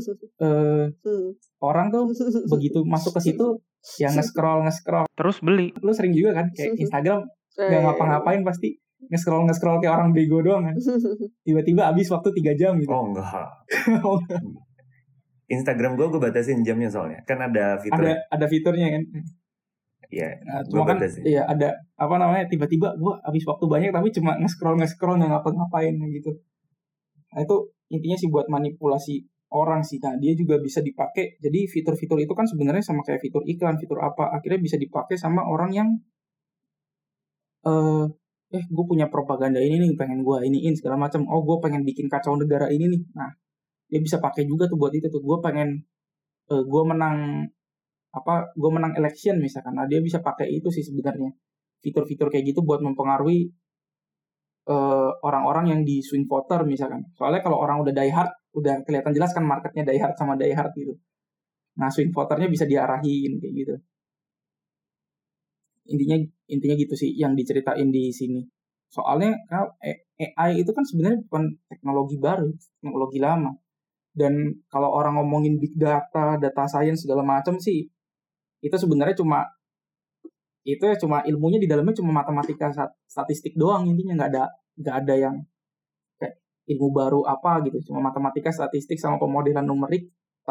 orang tuh begitu masuk ke situ ya nge-scroll terus beli. Lu sering juga kan kayak Instagram nggak ngapa-ngapain pasti nge-scroll kayak orang bego doang kan, tiba-tiba habis waktu 3 jam gitu. Oh enggak. Instagram gue batasin jamnya soalnya kan ada fitur. Ada fiturnya kan. Iya, cuma kan iya ada tiba-tiba gue habis waktu banyak tapi cuma nge-scroll nggak ngapa-ngapain gitu. Nah itu intinya sih buat manipulasi orang sih. Nah dia juga bisa dipakai, jadi fitur-fitur itu kan sebenarnya sama kayak fitur iklan, fitur apa, akhirnya bisa dipakai sama orang yang gue punya propaganda ini nih, pengen gue iniin segala macam, gue pengen bikin kacau negara ini nih. Nah dia bisa pakai juga tuh buat itu tuh, gue pengen gue menang election misalkan. Nah dia bisa pakai itu sih sebenarnya, fitur-fitur kayak gitu buat mempengaruhi orang-orang yang di swing voter misalkan. Soalnya kalau orang udah die hard, udah kelihatan jelas kan marketnya die hard sama die hard gitu. Nah swing voternya bisa diarahin kayak gitu. Intinya gitu sih yang diceritain di sini. Soalnya AI itu kan sebenarnya bukan teknologi baru, teknologi lama. Dan kalau orang ngomongin big data, data science segala macam sih, itu sebenarnya cuma ilmunya di dalamnya cuma matematika, statistik doang, intinya nggak ada yang kayak ilmu baru apa gitu, cuma matematika, statistik sama pemodelan numerik.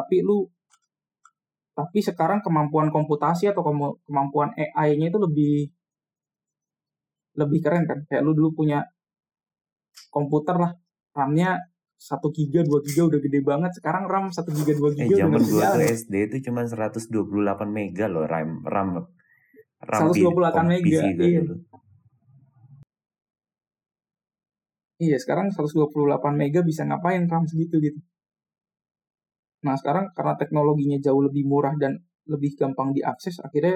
Tapi sekarang kemampuan komputasi atau kemampuan AI-nya itu lebih keren kan. Kayak lu dulu punya komputer lah, RAM-nya 1 GB, 2 GB udah gede banget. Sekarang RAM 1 GB, 2 GB udah zaman gua tuh SD itu cuma 128 mega loh RAM 128 mega. Iya. Iya, sekarang 128 mega bisa ngapain RAM segitu gitu. Nah, sekarang karena teknologinya jauh lebih murah dan lebih gampang diakses, akhirnya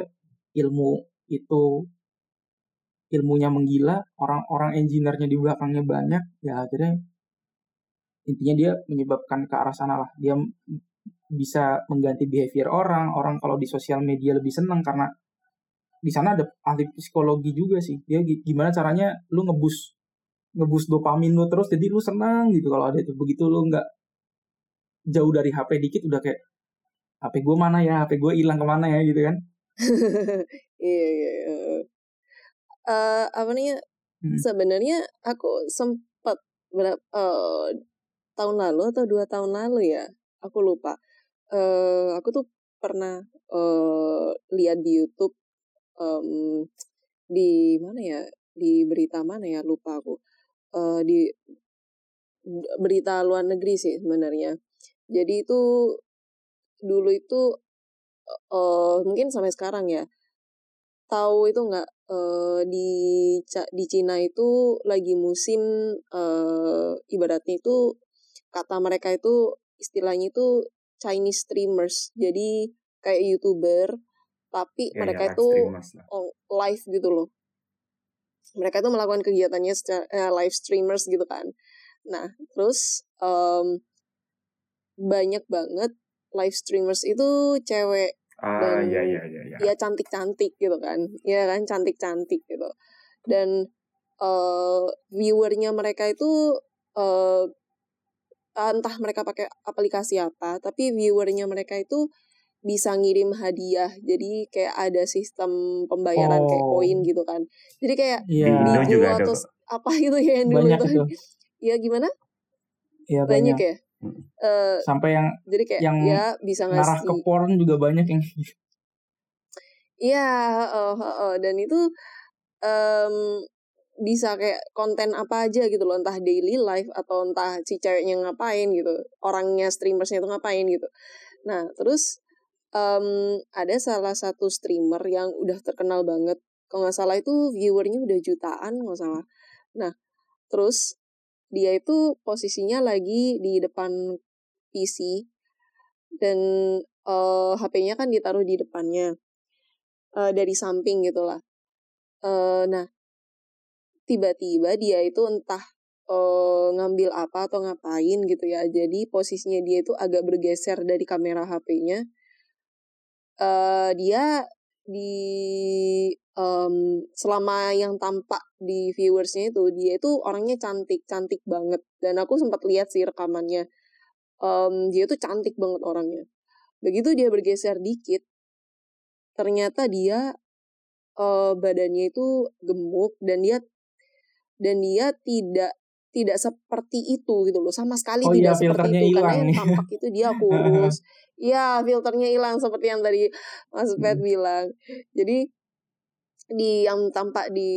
ilmunya menggila, orang-orang engineer-nya di belakangnya banyak, ya akhirnya intinya dia menyebabkan ke arah sana lah. Dia bisa mengganti behavior orang kalau di sosial media lebih senang karena di sana ada ahli psikologi juga sih. Dia gimana caranya lu nge-boost ngeboost dopamin lu terus, jadi lu senang gitu kalau ada itu. Begitu lu nggak jauh dari HP dikit udah kayak HP gue mana ya, HP gue hilang kemana ya gitu kan. Iya. Apa nih? Sebenarnya aku sempat tahun lalu atau 2 tahun lalu ya, aku lupa. Aku tuh pernah lihat di YouTube, di mana ya, di berita mana ya, lupa aku. Di berita luar negeri sih sebenarnya. Jadi itu dulu itu mungkin sampai sekarang ya. Tahu itu nggak, di Cina itu lagi musim, ibaratnya itu kata mereka itu istilahnya itu Chinese streamers. Jadi kayak YouTuber tapi mereka itu live gitu loh. Mereka itu melakukan kegiatannya secara live streamers gitu kan. Nah, terus banyak banget live streamers itu cewek. Dan ya cantik-cantik gitu kan. Ya kan, cantik-cantik gitu. Dan viewernya mereka itu entah mereka pakai aplikasi apa, tapi viewernya mereka itu bisa ngirim hadiah. Jadi kayak ada sistem pembayaran kayak koin gitu kan. Jadi kayak Bigo atau apa gitu ya yang dulu itu. Ya gimana? Ya, banyak ya. Sampai yang jadi kayak yang ya bisa ngarah ke porn juga banyak yang iya. Dan itu bisa kayak konten apa aja gitu loh, entah daily life atau entah si ceweknya ngapain gitu, orangnya streamersnya itu ngapain gitu. Nah terus ada salah satu streamer yang udah terkenal banget, kalau nggak salah itu viewernya udah jutaan nggak salah. Nah terus dia itu posisinya lagi di depan PC dan HP-nya kan ditaruh di depannya, dari samping gitulah. Nah tiba-tiba dia itu entah ngambil apa atau ngapain gitu ya, jadi posisinya dia itu agak bergeser dari kamera HP-nya. Dia selama yang tampak di viewersnya itu, dia itu orangnya cantik banget. Dan aku sempat lihat sih rekamannya, dia tuh cantik banget orangnya. Begitu dia bergeser dikit, ternyata dia badannya itu gemuk dan dia tidak seperti itu gitu loh, sama sekali tidak seperti itu. Karena yang tampak itu dia kurus. Iya, filternya hilang seperti yang tadi Mas Pet bilang. Jadi yang tampak di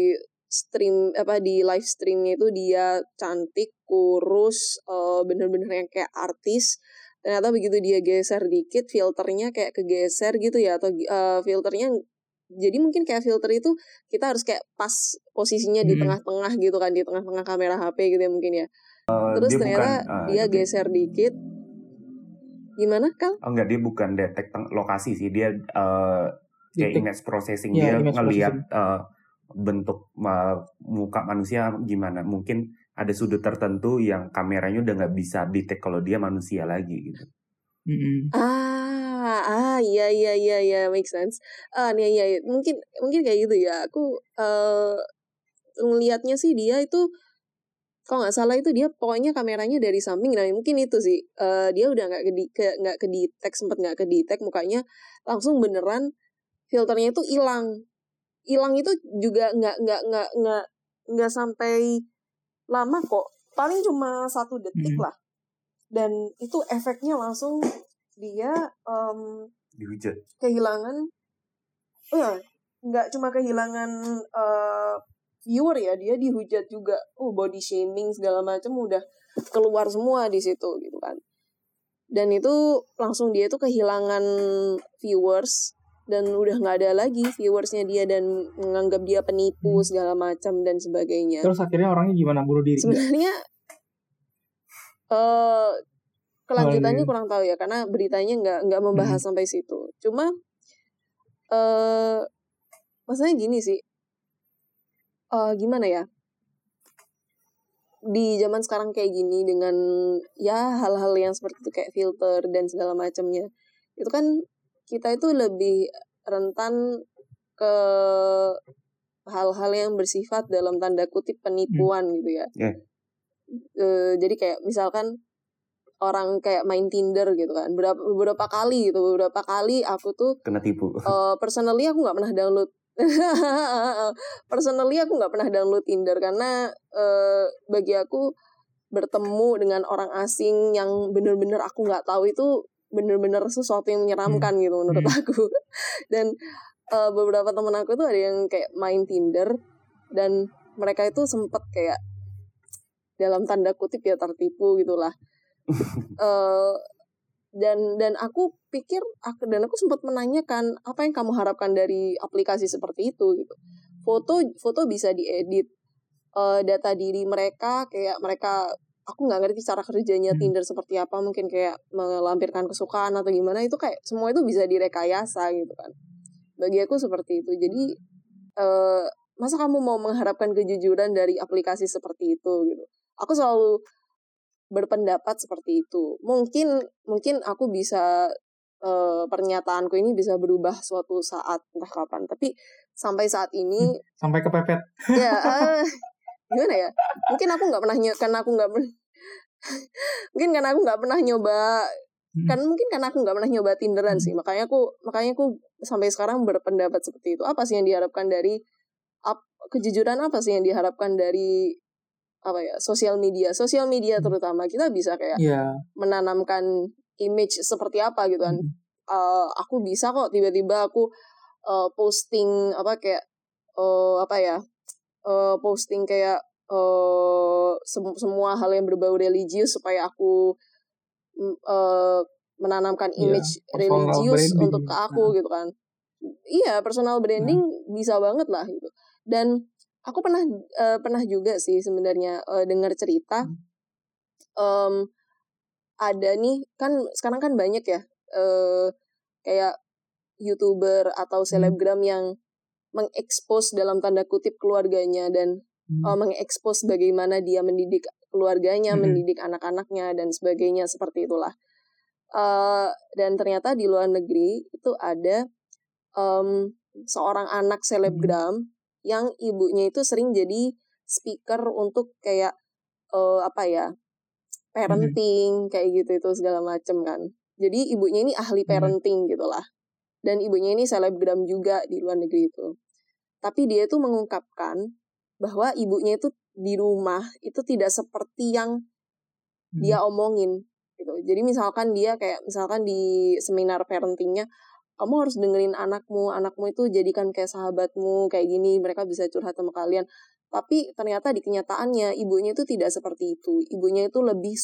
live streamnya itu dia cantik, kurus, bener-bener yang kayak artis. Ternyata begitu dia geser dikit, filternya kayak kegeser gitu ya, atau filternya, jadi mungkin kayak filter itu kita harus kayak pas posisinya di tengah-tengah gitu kan, di tengah-tengah kamera HP gitu ya mungkin ya. Terus dia ternyata dia geser dikit. Gimana Kal? Enggak, dia bukan detect lokasi sih, dia kayak image processing, dia ngelihat bentuk muka manusia gimana. Mungkin ada sudut tertentu yang kameranya udah nggak bisa detect kalau dia manusia lagi gitu. Iya, make sense. Iya, mungkin kayak gitu ya. Aku ngelihatnya sih dia itu, kalau nggak salah itu dia pokoknya kameranya dari samping. Nah mungkin itu sih, dia udah nggak kedetek, sempat nggak kedetek mukanya, langsung beneran filternya itu hilang itu juga nggak sampai lama kok, paling cuma 1 detik lah. Dan itu efeknya langsung dia dihujat, kehilangan. Nggak cuma kehilangan viewer ya, dia dihujat juga. Body shaming segala macam udah keluar semua di situ gitu kan. Dan itu langsung dia tuh kehilangan viewers dan udah nggak ada lagi viewersnya dia, dan menganggap dia penipu segala macam dan sebagainya. Terus akhirnya orangnya gimana, bunuh diri? Sebenarnya kelanjutannya kurang tahu ya, karena beritanya nggak membahas sampai situ. Cuma maksudnya gini sih, gimana ya, di zaman sekarang kayak gini dengan ya hal-hal yang seperti itu kayak filter dan segala macamnya, itu kan kita itu lebih rentan ke hal-hal yang bersifat dalam tanda kutip penipuan gitu ya. Jadi kayak misalkan orang kayak main Tinder gitu kan, beberapa kali aku tuh kena tipu. Personally aku nggak pernah download. Personally aku nggak pernah download Tinder karena bagi aku bertemu dengan orang asing yang benar-benar aku nggak tahu itu benar-benar sesuatu yang menyeramkan gitu menurut aku. Dan beberapa teman aku tuh ada yang kayak main Tinder dan mereka itu sempet kayak dalam tanda kutip ya tertipu gitulah. Dan aku pikir aku sempat menanyakan apa yang kamu harapkan dari aplikasi seperti itu gitu. Foto bisa diedit, data diri mereka kayak mereka, aku nggak ngerti cara kerjanya Tinder seperti apa, mungkin kayak melampirkan kesukaan atau gimana, itu kayak semua itu bisa direkayasa gitu kan. Bagi aku seperti itu. Jadi masa kamu mau mengharapkan kejujuran dari aplikasi seperti itu gitu. Aku selalu berpendapat seperti itu. Mungkin aku bisa pernyataanku ini bisa berubah suatu saat entah kapan. Tapi sampai saat ini sampai kepepet. Ya gimana ya? Mungkin aku nggak pernah mungkin karena aku nggak pernah nyoba. Mungkin karena aku nggak pernah nyoba Tinderan sih. Makanya aku sampai sekarang berpendapat seperti itu. Apa sih yang diharapkan dari kejujuran, apa sih yang diharapkan dari apa ya, sosial media terutama. Kita bisa kayak menanamkan image seperti apa gitu kan. Aku bisa kok tiba-tiba aku posting apa kayak posting kayak semua hal yang berbau religius supaya aku menanamkan image religius untuk ke aku gitu kan. Iya, personal branding bisa banget lah gitu. Dan aku pernah juga sih sebenarnya dengar cerita ada nih kan sekarang kan banyak ya kayak YouTuber atau selebgram yang mengekspos dalam tanda kutip keluarganya dan mengekspos bagaimana dia mendidik keluarganya, mendidik anak-anaknya dan sebagainya seperti itulah. Dan ternyata di luar negeri itu ada seorang anak selebgram yang ibunya itu sering jadi speaker untuk kayak parenting kayak gitu itu segala macem kan. Jadi ibunya ini ahli parenting gitulah. Dan ibunya ini selebgram juga di luar negeri itu. Tapi dia itu mengungkapkan bahwa ibunya itu di rumah itu tidak seperti yang dia omongin gitu. Jadi misalkan di seminar parentingnya, kamu harus dengerin anakmu itu jadikan kayak sahabatmu, kayak gini, mereka bisa curhat sama kalian. Tapi ternyata di kenyataannya ibunya itu tidak seperti itu. Ibunya itu lebih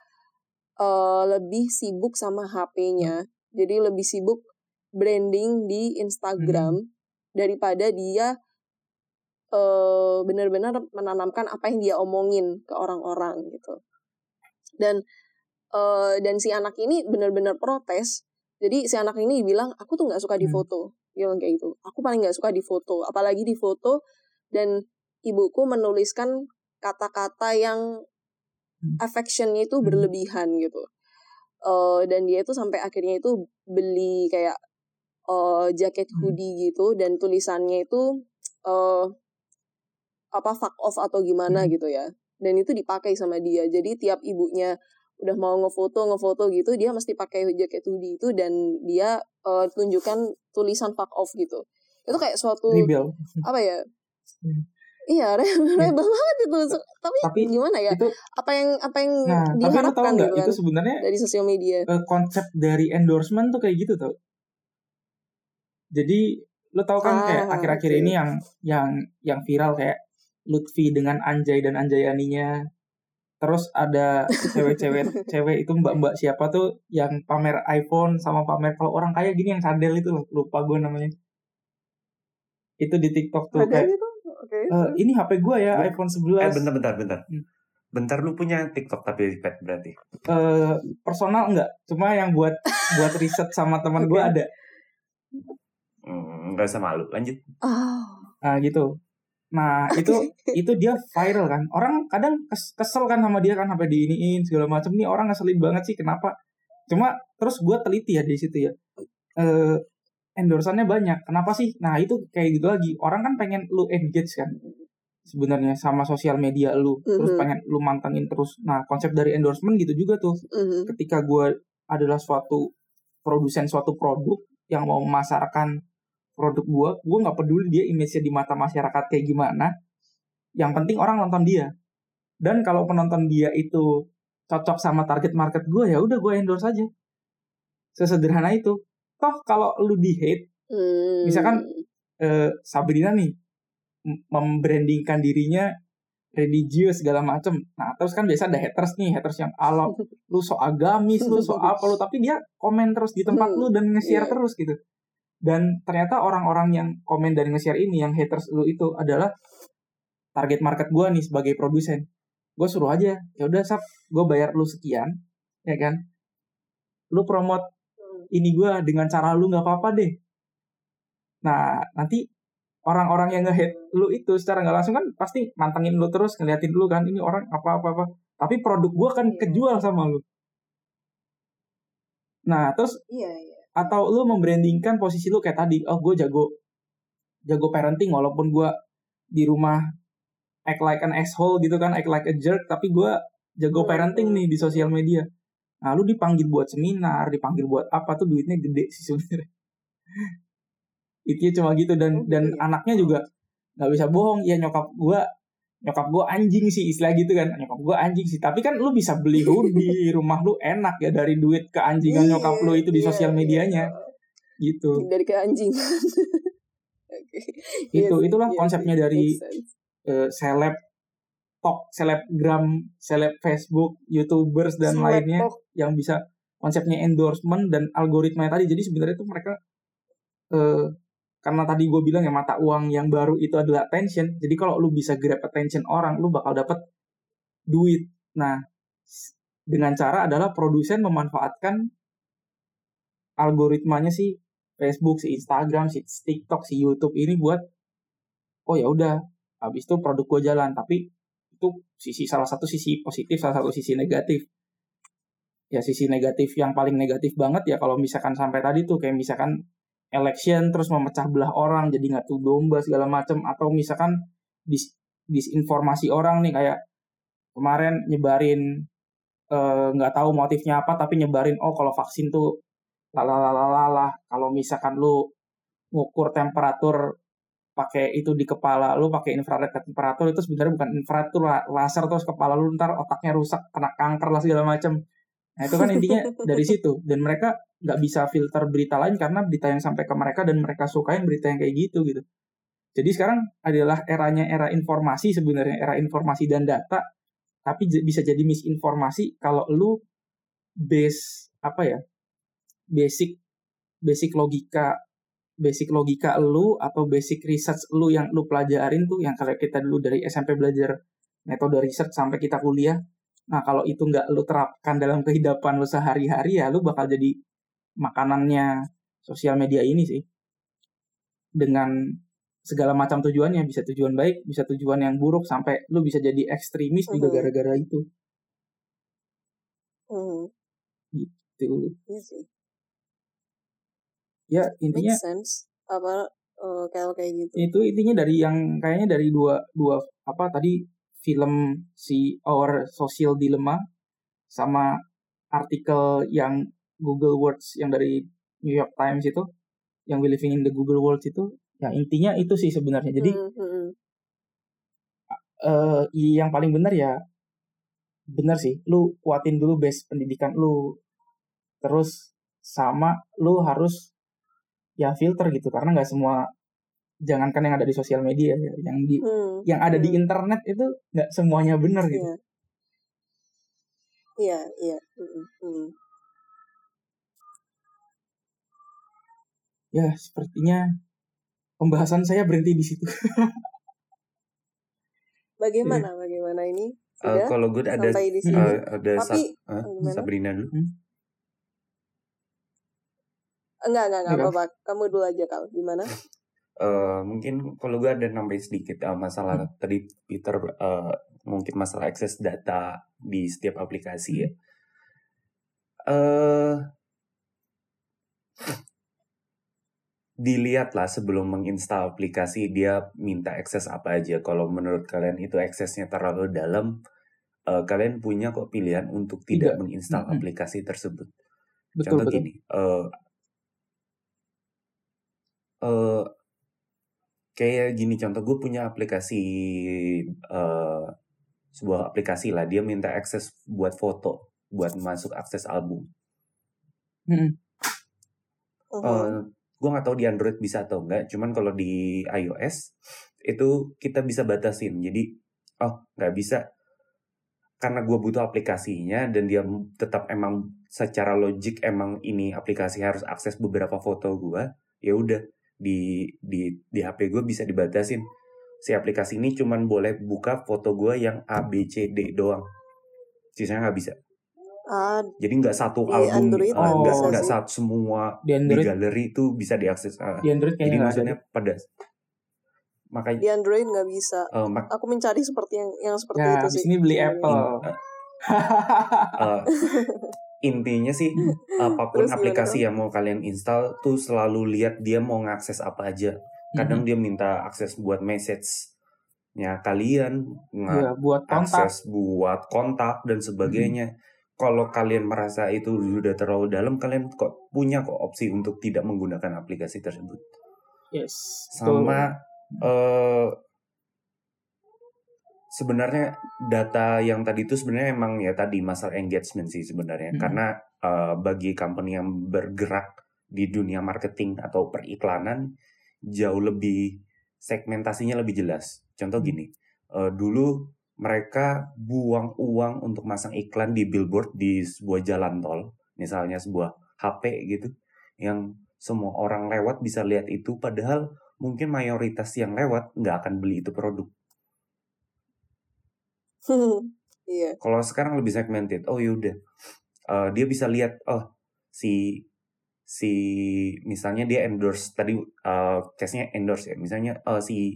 sibuk sama HP-nya. Jadi lebih sibuk branding di Instagram daripada dia benar-benar menanamkan apa yang dia omongin ke orang-orang gitu. Dan si anak ini benar-benar protes. Jadi si anak ini bilang, aku tuh nggak suka difoto. Dia bilang kayak gitu. Aku paling nggak suka difoto, apalagi difoto dan ibuku menuliskan kata-kata yang affection-nya itu berlebihan gitu. Dan dia itu sampai akhirnya itu beli kayak jaket hoodie gitu dan tulisannya itu fuck off atau gimana gitu ya. Dan itu dipakai sama dia. Jadi tiap ibunya udah mau ngefoto gitu, dia mesti pakai jaket hoodie itu dan dia tunjukkan tulisan fuck off gitu. Itu kayak suatu apa ya? Iya, rebel banget itu. Tapi gimana ya? Itu, apa yang diharapkan gitu kan? Itu sebenarnya dari sosial media. Konsep dari endorsement tuh kayak gitu tau. Jadi lo tau kan kayak akhir-akhir ini yang viral kayak Lutfi dengan Anjay dan Anjayaninya. Terus ada cewek itu mbak-mbak siapa tuh yang pamer iPhone sama pamer kalau orang kaya gini yang cadel itu loh, lupa gue namanya. Itu di TikTok tuh kayak gitu? Okay. Ini HP gue ya iPhone 11. Bentar lu punya TikTok tapi pet berarti? Personal enggak, cuma yang buat riset sama teman gue ada. Nggak usah malu, lanjut. Gitu. Nah itu dia viral kan. Orang kadang kesel kan sama dia kan, sampai diiniin segala macam. Nih orang ngeselin banget sih, kenapa? Cuma terus gue teliti ya di situ ya. endorsannya banyak. Kenapa sih? Nah itu kayak gitu lagi. Orang kan pengen lu engage kan sebenarnya sama sosial media lu, terus pengen lu mantengin terus. Nah konsep dari endorsement gitu juga tuh. Ketika gue adalah suatu produsen suatu produk yang mau memasarkan produk gue nggak peduli dia image-nya di mata masyarakat kayak gimana. Yang penting orang nonton dia. Dan kalau penonton dia itu cocok sama target market gue, ya udah gue endorse aja. Sesederhana itu. Toh kalau lu di hate, misalkan Sabrina nih membrandingkan dirinya religius segala macem. Nah terus kan biasa ada haters nih, haters yang alot, lu so agamis, lu so apa lu, tapi dia komen terus di tempat lu dan nge-share terus gitu. Dan ternyata orang-orang yang komen dan nge-share ini, yang haters lu itu adalah target market gue nih sebagai produsen. Gue suruh aja, ya udah Sab, gue bayar lu sekian, ya kan? Lu promote ini gue dengan cara lu nggak apa-apa deh. Nah nanti orang-orang yang nge-hate lu itu secara nggak langsung kan pasti mantengin lu terus, ngeliatin lu kan, ini orang apa-apa. Tapi produk gue kan kejual sama lu. Nah terus atau lu membrandingkan posisi lu kayak tadi, oh gue jago parenting walaupun gue di rumah act like an asshole gitu kan, act like a jerk, tapi gue jago parenting nih di sosial media. Nah lu dipanggil buat seminar, dipanggil buat apa tuh duitnya gede sih sebenarnya. Itu cuma gitu dan anaknya juga nggak bisa bohong, ya nyokap gue anjing sih istilah gitu kan, nyokap gue anjing sih, tapi kan lu bisa beli hoodie rumah lu enak ya dari duit keanjingan nyokap lu itu di sosial medianya gitu. Dari keanjingan. Itulah konsepnya dari seleb talk, selebgram, seleb Facebook, YouTubers dan lainnya yang bisa konsepnya endorsement dan algoritma tadi. Jadi sebenarnya itu mereka karena tadi gue bilang ya mata uang yang baru itu adalah attention. Jadi kalau lu bisa grab attention orang, lu bakal dapet duit. Nah, dengan cara adalah produsen memanfaatkan algoritmanya si Facebook, si Instagram, si TikTok, si YouTube ini buat oh ya udah, habis itu produk gue jalan. Tapi itu salah satu sisi positif, salah satu sisi negatif. Ya sisi negatif yang paling negatif banget ya kalau misalkan sampai tadi tuh kayak misalkan election terus memecah belah orang jadi ngadu domba segala macam, atau misalkan disinformasi orang nih kayak kemarin nyebarin nggak tahu motifnya apa tapi nyebarin oh kalau vaksin tuh lalalalalala, kalau misalkan lu ngukur temperatur pakai itu di kepala lu pakai infrared temperatur itu sebenarnya bukan infrared tuh laser terus kepala lu ntar otaknya rusak kena kanker lah segala macam. Nah itu kan intinya dari situ, dan mereka nggak bisa filter berita lain karena berita yang sampai ke mereka dan mereka sukain berita yang kayak gitu. Jadi sekarang adalah era informasi sebenarnya, era informasi dan data, tapi bisa jadi misinformasi kalau lu basic logika lu atau basic research lu yang lu pelajarin tuh, yang kalau kita dulu dari SMP belajar metode research sampai kita kuliah. Nah kalau itu nggak lu terapkan dalam kehidupan lu sehari-hari ya lu bakal jadi makanannya sosial media ini sih. Dengan segala macam tujuannya, bisa tujuan baik, bisa tujuan yang buruk, sampai lu bisa jadi ekstremis juga gara-gara itu. Gitu. Iya sih. Ya intinya make sense apa kalau kayak gitu. Itu intinya dari yang kayaknya dari dua apa tadi film si Our Social Dilemma sama artikel yang Google Words yang dari New York Times itu yang We Living in the Google World itu, ya intinya itu sih sebenarnya. Jadi yang paling benar ya benar sih, lu kuatin dulu base pendidikan lu, terus sama lu harus ya filter gitu, karena nggak semua, jangankan yang ada di sosial media ya, yang ada di internet itu nggak semuanya benar gitu. Iya. Ya sepertinya pembahasan saya berhenti di situ. Bagaimana ini? Sudah kalau gue ada sampai di sini. Tapi Sabrina dulu. Enggak apa-apa. Kamu dulu aja Kal. Gimana? Mungkin kalau gue ada nambahin sedikit masalah tadi Peter, mungkin masalah akses data di setiap aplikasi ya. dilihat lah sebelum menginstal aplikasi dia minta akses apa aja. Kalau menurut kalian itu aksesnya terlalu dalam, kalian punya kok pilihan untuk tidak menginstal aplikasi tersebut. Betul, Contoh betul. gini, kayak gini contoh, gue punya aplikasi, sebuah aplikasi lah, dia minta akses buat foto, buat masuk akses album. Gue nggak tahu di Android bisa atau enggak, cuman kalau di iOS itu kita bisa batasin. Jadi nggak bisa karena gue butuh aplikasinya dan dia tetap emang secara logik emang ini aplikasi harus akses beberapa foto gue. Ya udah di HP gue bisa dibatasin. Si aplikasi ini cuman boleh buka foto gue yang A, B, C, D doang. Sisanya nggak bisa. Jadi nggak satu album, nggak satu semua di galeri itu bisa diakses. Di Android jadi maksudnya pada makanya di Android nggak bisa. Aku mencari seperti yang seperti itu sih. Ini beli Apple. Intinya sih apapun aplikasi yang mau kalian install tuh selalu lihat dia mau ngakses apa aja. Kadang dia minta akses buat message-nya kalian, buat akses buat kontak dan sebagainya. Kalau kalian merasa itu sudah terlalu dalam, kalian kok punya opsi untuk tidak menggunakan aplikasi tersebut. Yes. Sama sebenarnya data yang tadi itu sebenarnya emang ya tadi masalah engagement sih sebenarnya. Karena bagi company yang bergerak di dunia marketing atau periklanan jauh lebih segmentasinya lebih jelas. Contoh gini, dulu mereka buang uang untuk masang iklan di billboard di sebuah jalan tol, misalnya sebuah HP gitu, yang semua orang lewat bisa lihat itu, padahal mungkin mayoritas yang lewat nggak akan beli itu produk. Iya. Kalau sekarang lebih segmented, yaudah, dia bisa lihat, si misalnya dia endorse tadi, case-nya endorse ya, misalnya si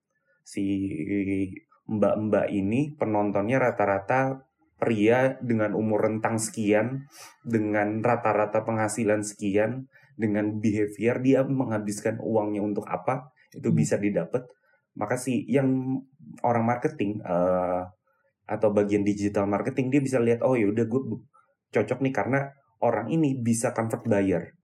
mbak-mbak ini penontonnya rata-rata pria dengan umur rentang sekian, dengan rata-rata penghasilan sekian, dengan behavior dia menghabiskan uangnya untuk apa, itu bisa didapat. Maka yang orang marketing atau bagian digital marketing dia bisa lihat, yaudah gue cocok nih karena orang ini bisa convert buyer.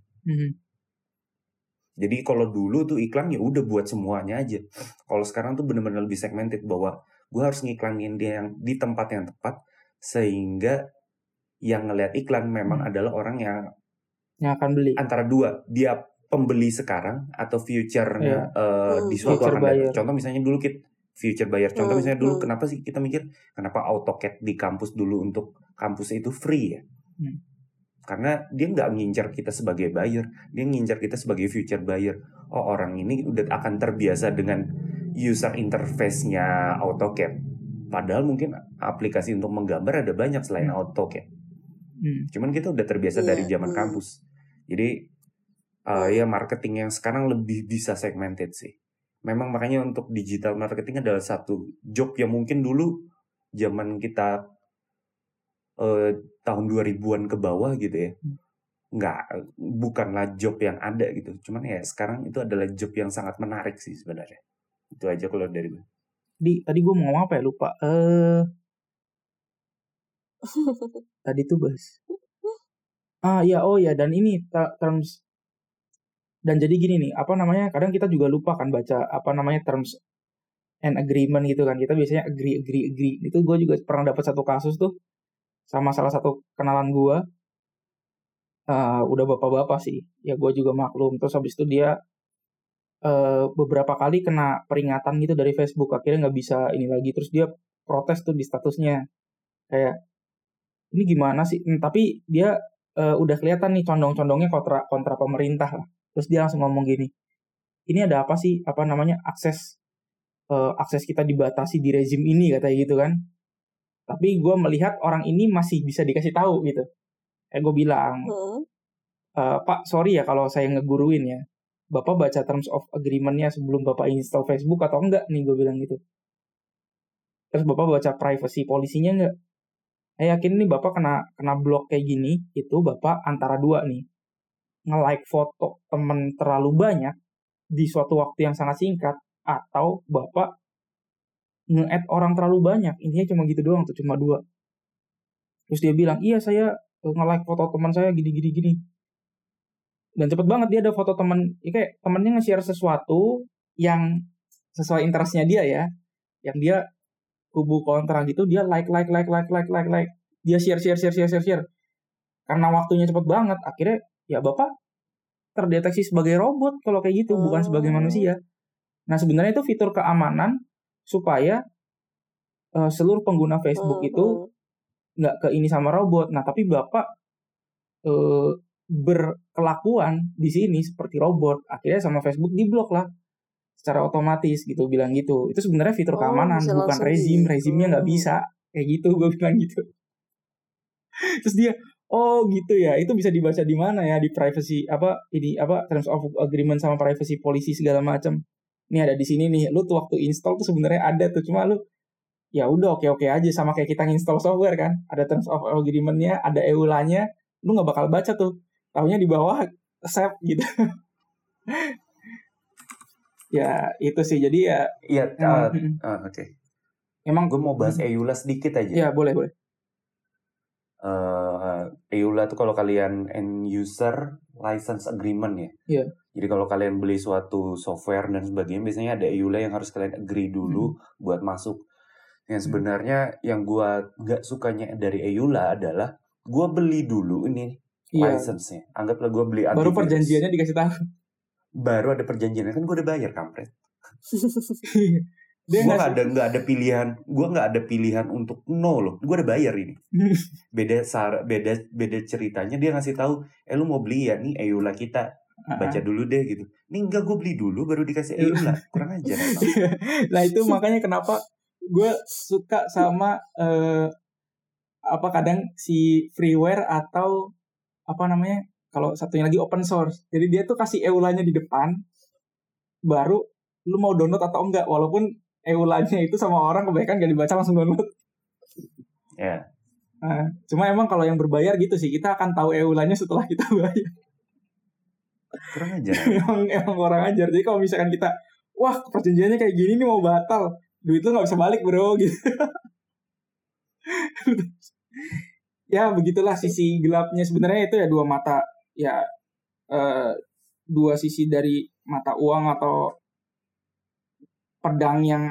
Jadi kalau dulu tuh iklan ya udah buat semuanya aja. Kalau sekarang tuh benar-benar lebih segmented bahwa gue harus ngiklanin dia yang di tempat yang tepat sehingga yang ngelihat iklan memang adalah orang yang akan beli. Antara dua, dia pembeli sekarang atau future-nya di suatu akan datang. Contoh misalnya dulu future buyer. Contoh misalnya dulu kenapa sih kita mikir kenapa AutoCAD di kampus dulu untuk kampus itu free ya? Karena dia nggak ngincar kita sebagai buyer, dia ngincar kita sebagai future buyer. Orang ini udah akan terbiasa dengan user interface-nya AutoCAD. Padahal mungkin aplikasi untuk menggambar ada banyak selain AutoCAD. Cuman kita udah terbiasa dari zaman kampus. Jadi ya marketing yang sekarang lebih bisa segmented sih. Memang makanya untuk digital marketing adalah satu job yang mungkin dulu zaman kita tahun 2000-an ke bawah gitu ya, bukanlah job yang ada gitu. Cuman ya sekarang itu adalah job yang sangat menarik sih sebenarnya. Itu aja kalau dari gue. Tadi gue mau ngomong apa ya, lupa. Tadi tuh bahas. Dan ini terms. Dan jadi gini nih, kadang kita juga lupa kan baca terms and agreement gitu kan. Kita biasanya agree. Itu gue juga pernah dapat satu kasus tuh sama salah satu kenalan gue, udah bapak-bapak sih, ya gue juga maklum. Terus habis itu dia beberapa kali kena peringatan gitu dari Facebook, akhirnya nggak bisa ini lagi. Terus dia protes tuh di statusnya, kayak ini gimana sih? Tapi dia udah kelihatan nih condong-condongnya kontra pemerintah lah. Terus dia langsung ngomong gini, ini ada apa sih? Akses kita dibatasi di rezim ini, katanya gitu kan. Tapi gue melihat orang ini masih bisa dikasih tahu gitu. Gue bilang, Pak, sorry ya kalau saya ngeguruin ya. Bapak baca terms of agreement-nya sebelum Bapak install Facebook atau enggak nih, gue bilang gitu. Terus Bapak baca privacy policy-nya enggak? Yakin nih Bapak kena blok kayak gini, itu Bapak antara dua nih. nge-like foto temen terlalu banyak di suatu waktu yang sangat singkat, atau Bapak nge-add orang terlalu banyak. Intinya cuma gitu doang tuh, cuma 2. Terus dia bilang, iya saya nge-like foto teman saya gini. Dan cepet banget dia ada foto teman, ya kayak temennya nge-share sesuatu yang sesuai interestnya dia ya, yang dia kubu kontra gitu, dia like. Dia share. Karena waktunya cepet banget, akhirnya ya Bapak terdeteksi sebagai robot kalau kayak gitu, bukan sebagai manusia. Nah sebenarnya itu fitur keamanan supaya seluruh pengguna Facebook itu nggak ke ini sama robot. Nah tapi Bapak berkelakuan di sini seperti robot, akhirnya sama Facebook diblok lah secara otomatis gitu, bilang gitu. Itu sebenarnya fitur keamanan, bukan rezimnya nggak bisa kayak gitu, gue bilang gitu. Terus dia, oh gitu ya, itu bisa dibaca di mana ya, di privacy terms of agreement sama privacy policy segala macam. Ini ada di sini nih. Lu tuh waktu install tuh sebenarnya ada tuh, cuma lu ya udah oke aja, sama kayak kita install software kan, ada terms of agreement-nya, ada EULA-nya, lu nggak bakal baca tuh, tahunya di bawah save gitu. Ya itu sih, jadi ya. Iya, oke. Emang gue mau bahas EULA sedikit aja. Ya boleh. EULA tuh kalau kalian end user license agreement ya. Iya. Jadi kalau kalian beli suatu software dan sebagainya, biasanya ada EULA yang harus kalian agree dulu buat masuk. Yang sebenarnya yang gue nggak sukanya dari EULA adalah gue beli dulu ini license-nya. Anggaplah gue beli antivirus. Baru perjanjiannya dikasih tahu. Baru ada perjanjiannya, kan gue udah bayar kampret. Gue nggak ada pilihan. Gue nggak ada pilihan untuk no loh. Gue udah bayar ini. Beda ceritanya dia ngasih tahu, lu mau beli ya nih EULA kita. Baca dulu deh gitu. Nih enggak, gue beli dulu baru dikasih EULA. Kurang ajar emang. Nah itu makanya kenapa gue suka sama kadang si freeware atau kalau satunya lagi open source. Jadi dia tuh kasih EULA-nya di depan, baru lu mau download atau enggak, walaupun EULA-nya itu sama orang kebanyakan gak dibaca langsung download. Ya. Nah, cuma emang kalau yang berbayar gitu sih, kita akan tahu EULA-nya setelah kita bayar. Kurang ajar. emang kurang ajar. Jadi kalau misalkan kita, wah perjanjiannya kayak gini nih mau batal, duit lu gak bisa balik bro gitu. Ya begitulah sisi gelapnya sebenarnya, itu ya dua mata, ya dua sisi dari mata uang atau pedang yang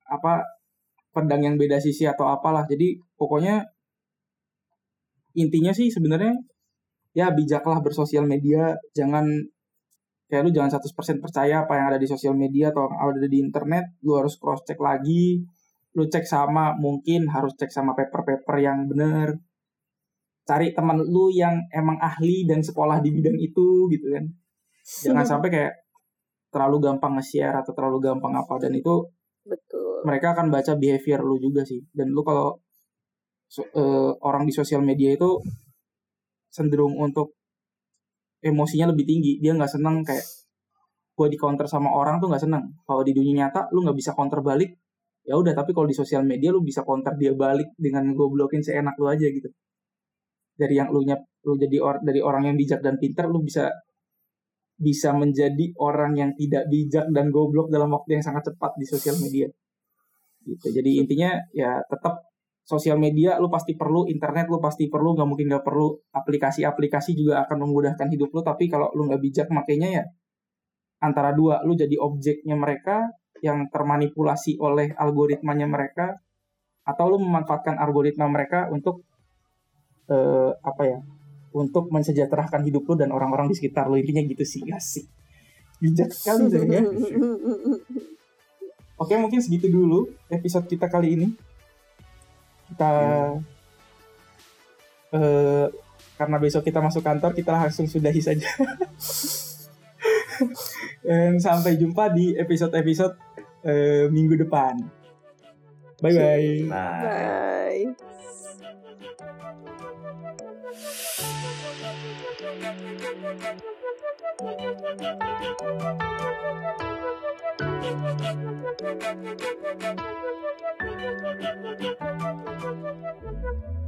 beda sisi atau apalah. Jadi pokoknya intinya sih sebenarnya ya bijaklah bersosial media. Jangan kayak lu jangan 100% percaya apa yang ada di sosial media atau yang ada di internet. Lu harus cross check lagi. Lu cek mungkin harus cek sama paper-paper yang bener. Cari teman lu yang emang ahli dan sekolah di bidang itu gitu kan. Jangan sampai kayak terlalu gampang nge-share atau terlalu gampang apa, dan itu betul. Mereka akan baca behavior lu juga sih. Dan lu kalau orang di sosial media itu cenderung untuk emosinya lebih tinggi. Dia nggak seneng kayak gue di counter sama orang tuh nggak seneng. Kalau di dunia nyata lu nggak bisa counter balik, ya udah. Tapi kalau di sosial media lu bisa counter dia balik dengan ngegoblokin seenak lu aja gitu. Dari yang lu jadi dari orang yang bijak dan pintar, lu bisa menjadi orang yang tidak bijak dan goblok dalam waktu yang sangat cepat di sosial media. Gitu. Jadi intinya ya tetap sosial media lu pasti perlu, internet lu pasti perlu, nggak mungkin nggak perlu. Aplikasi-aplikasi juga akan memudahkan hidup lu, tapi kalau lu nggak bijak makanya ya antara dua, lu jadi objeknya mereka yang termanipulasi oleh algoritmanya mereka, atau lu memanfaatkan algoritma mereka untuk untuk mensejahterakan hidup lu dan orang-orang di sekitar lu. Intinya gitu sih, asik. Bijak sekali ya. Oke, mungkin segitu dulu episode kita kali ini. Kita karena besok kita masuk kantor, kita langsung sudahi saja. Dan sampai jumpa di episode-episode minggu depan. Bye-bye. Bye. Bye.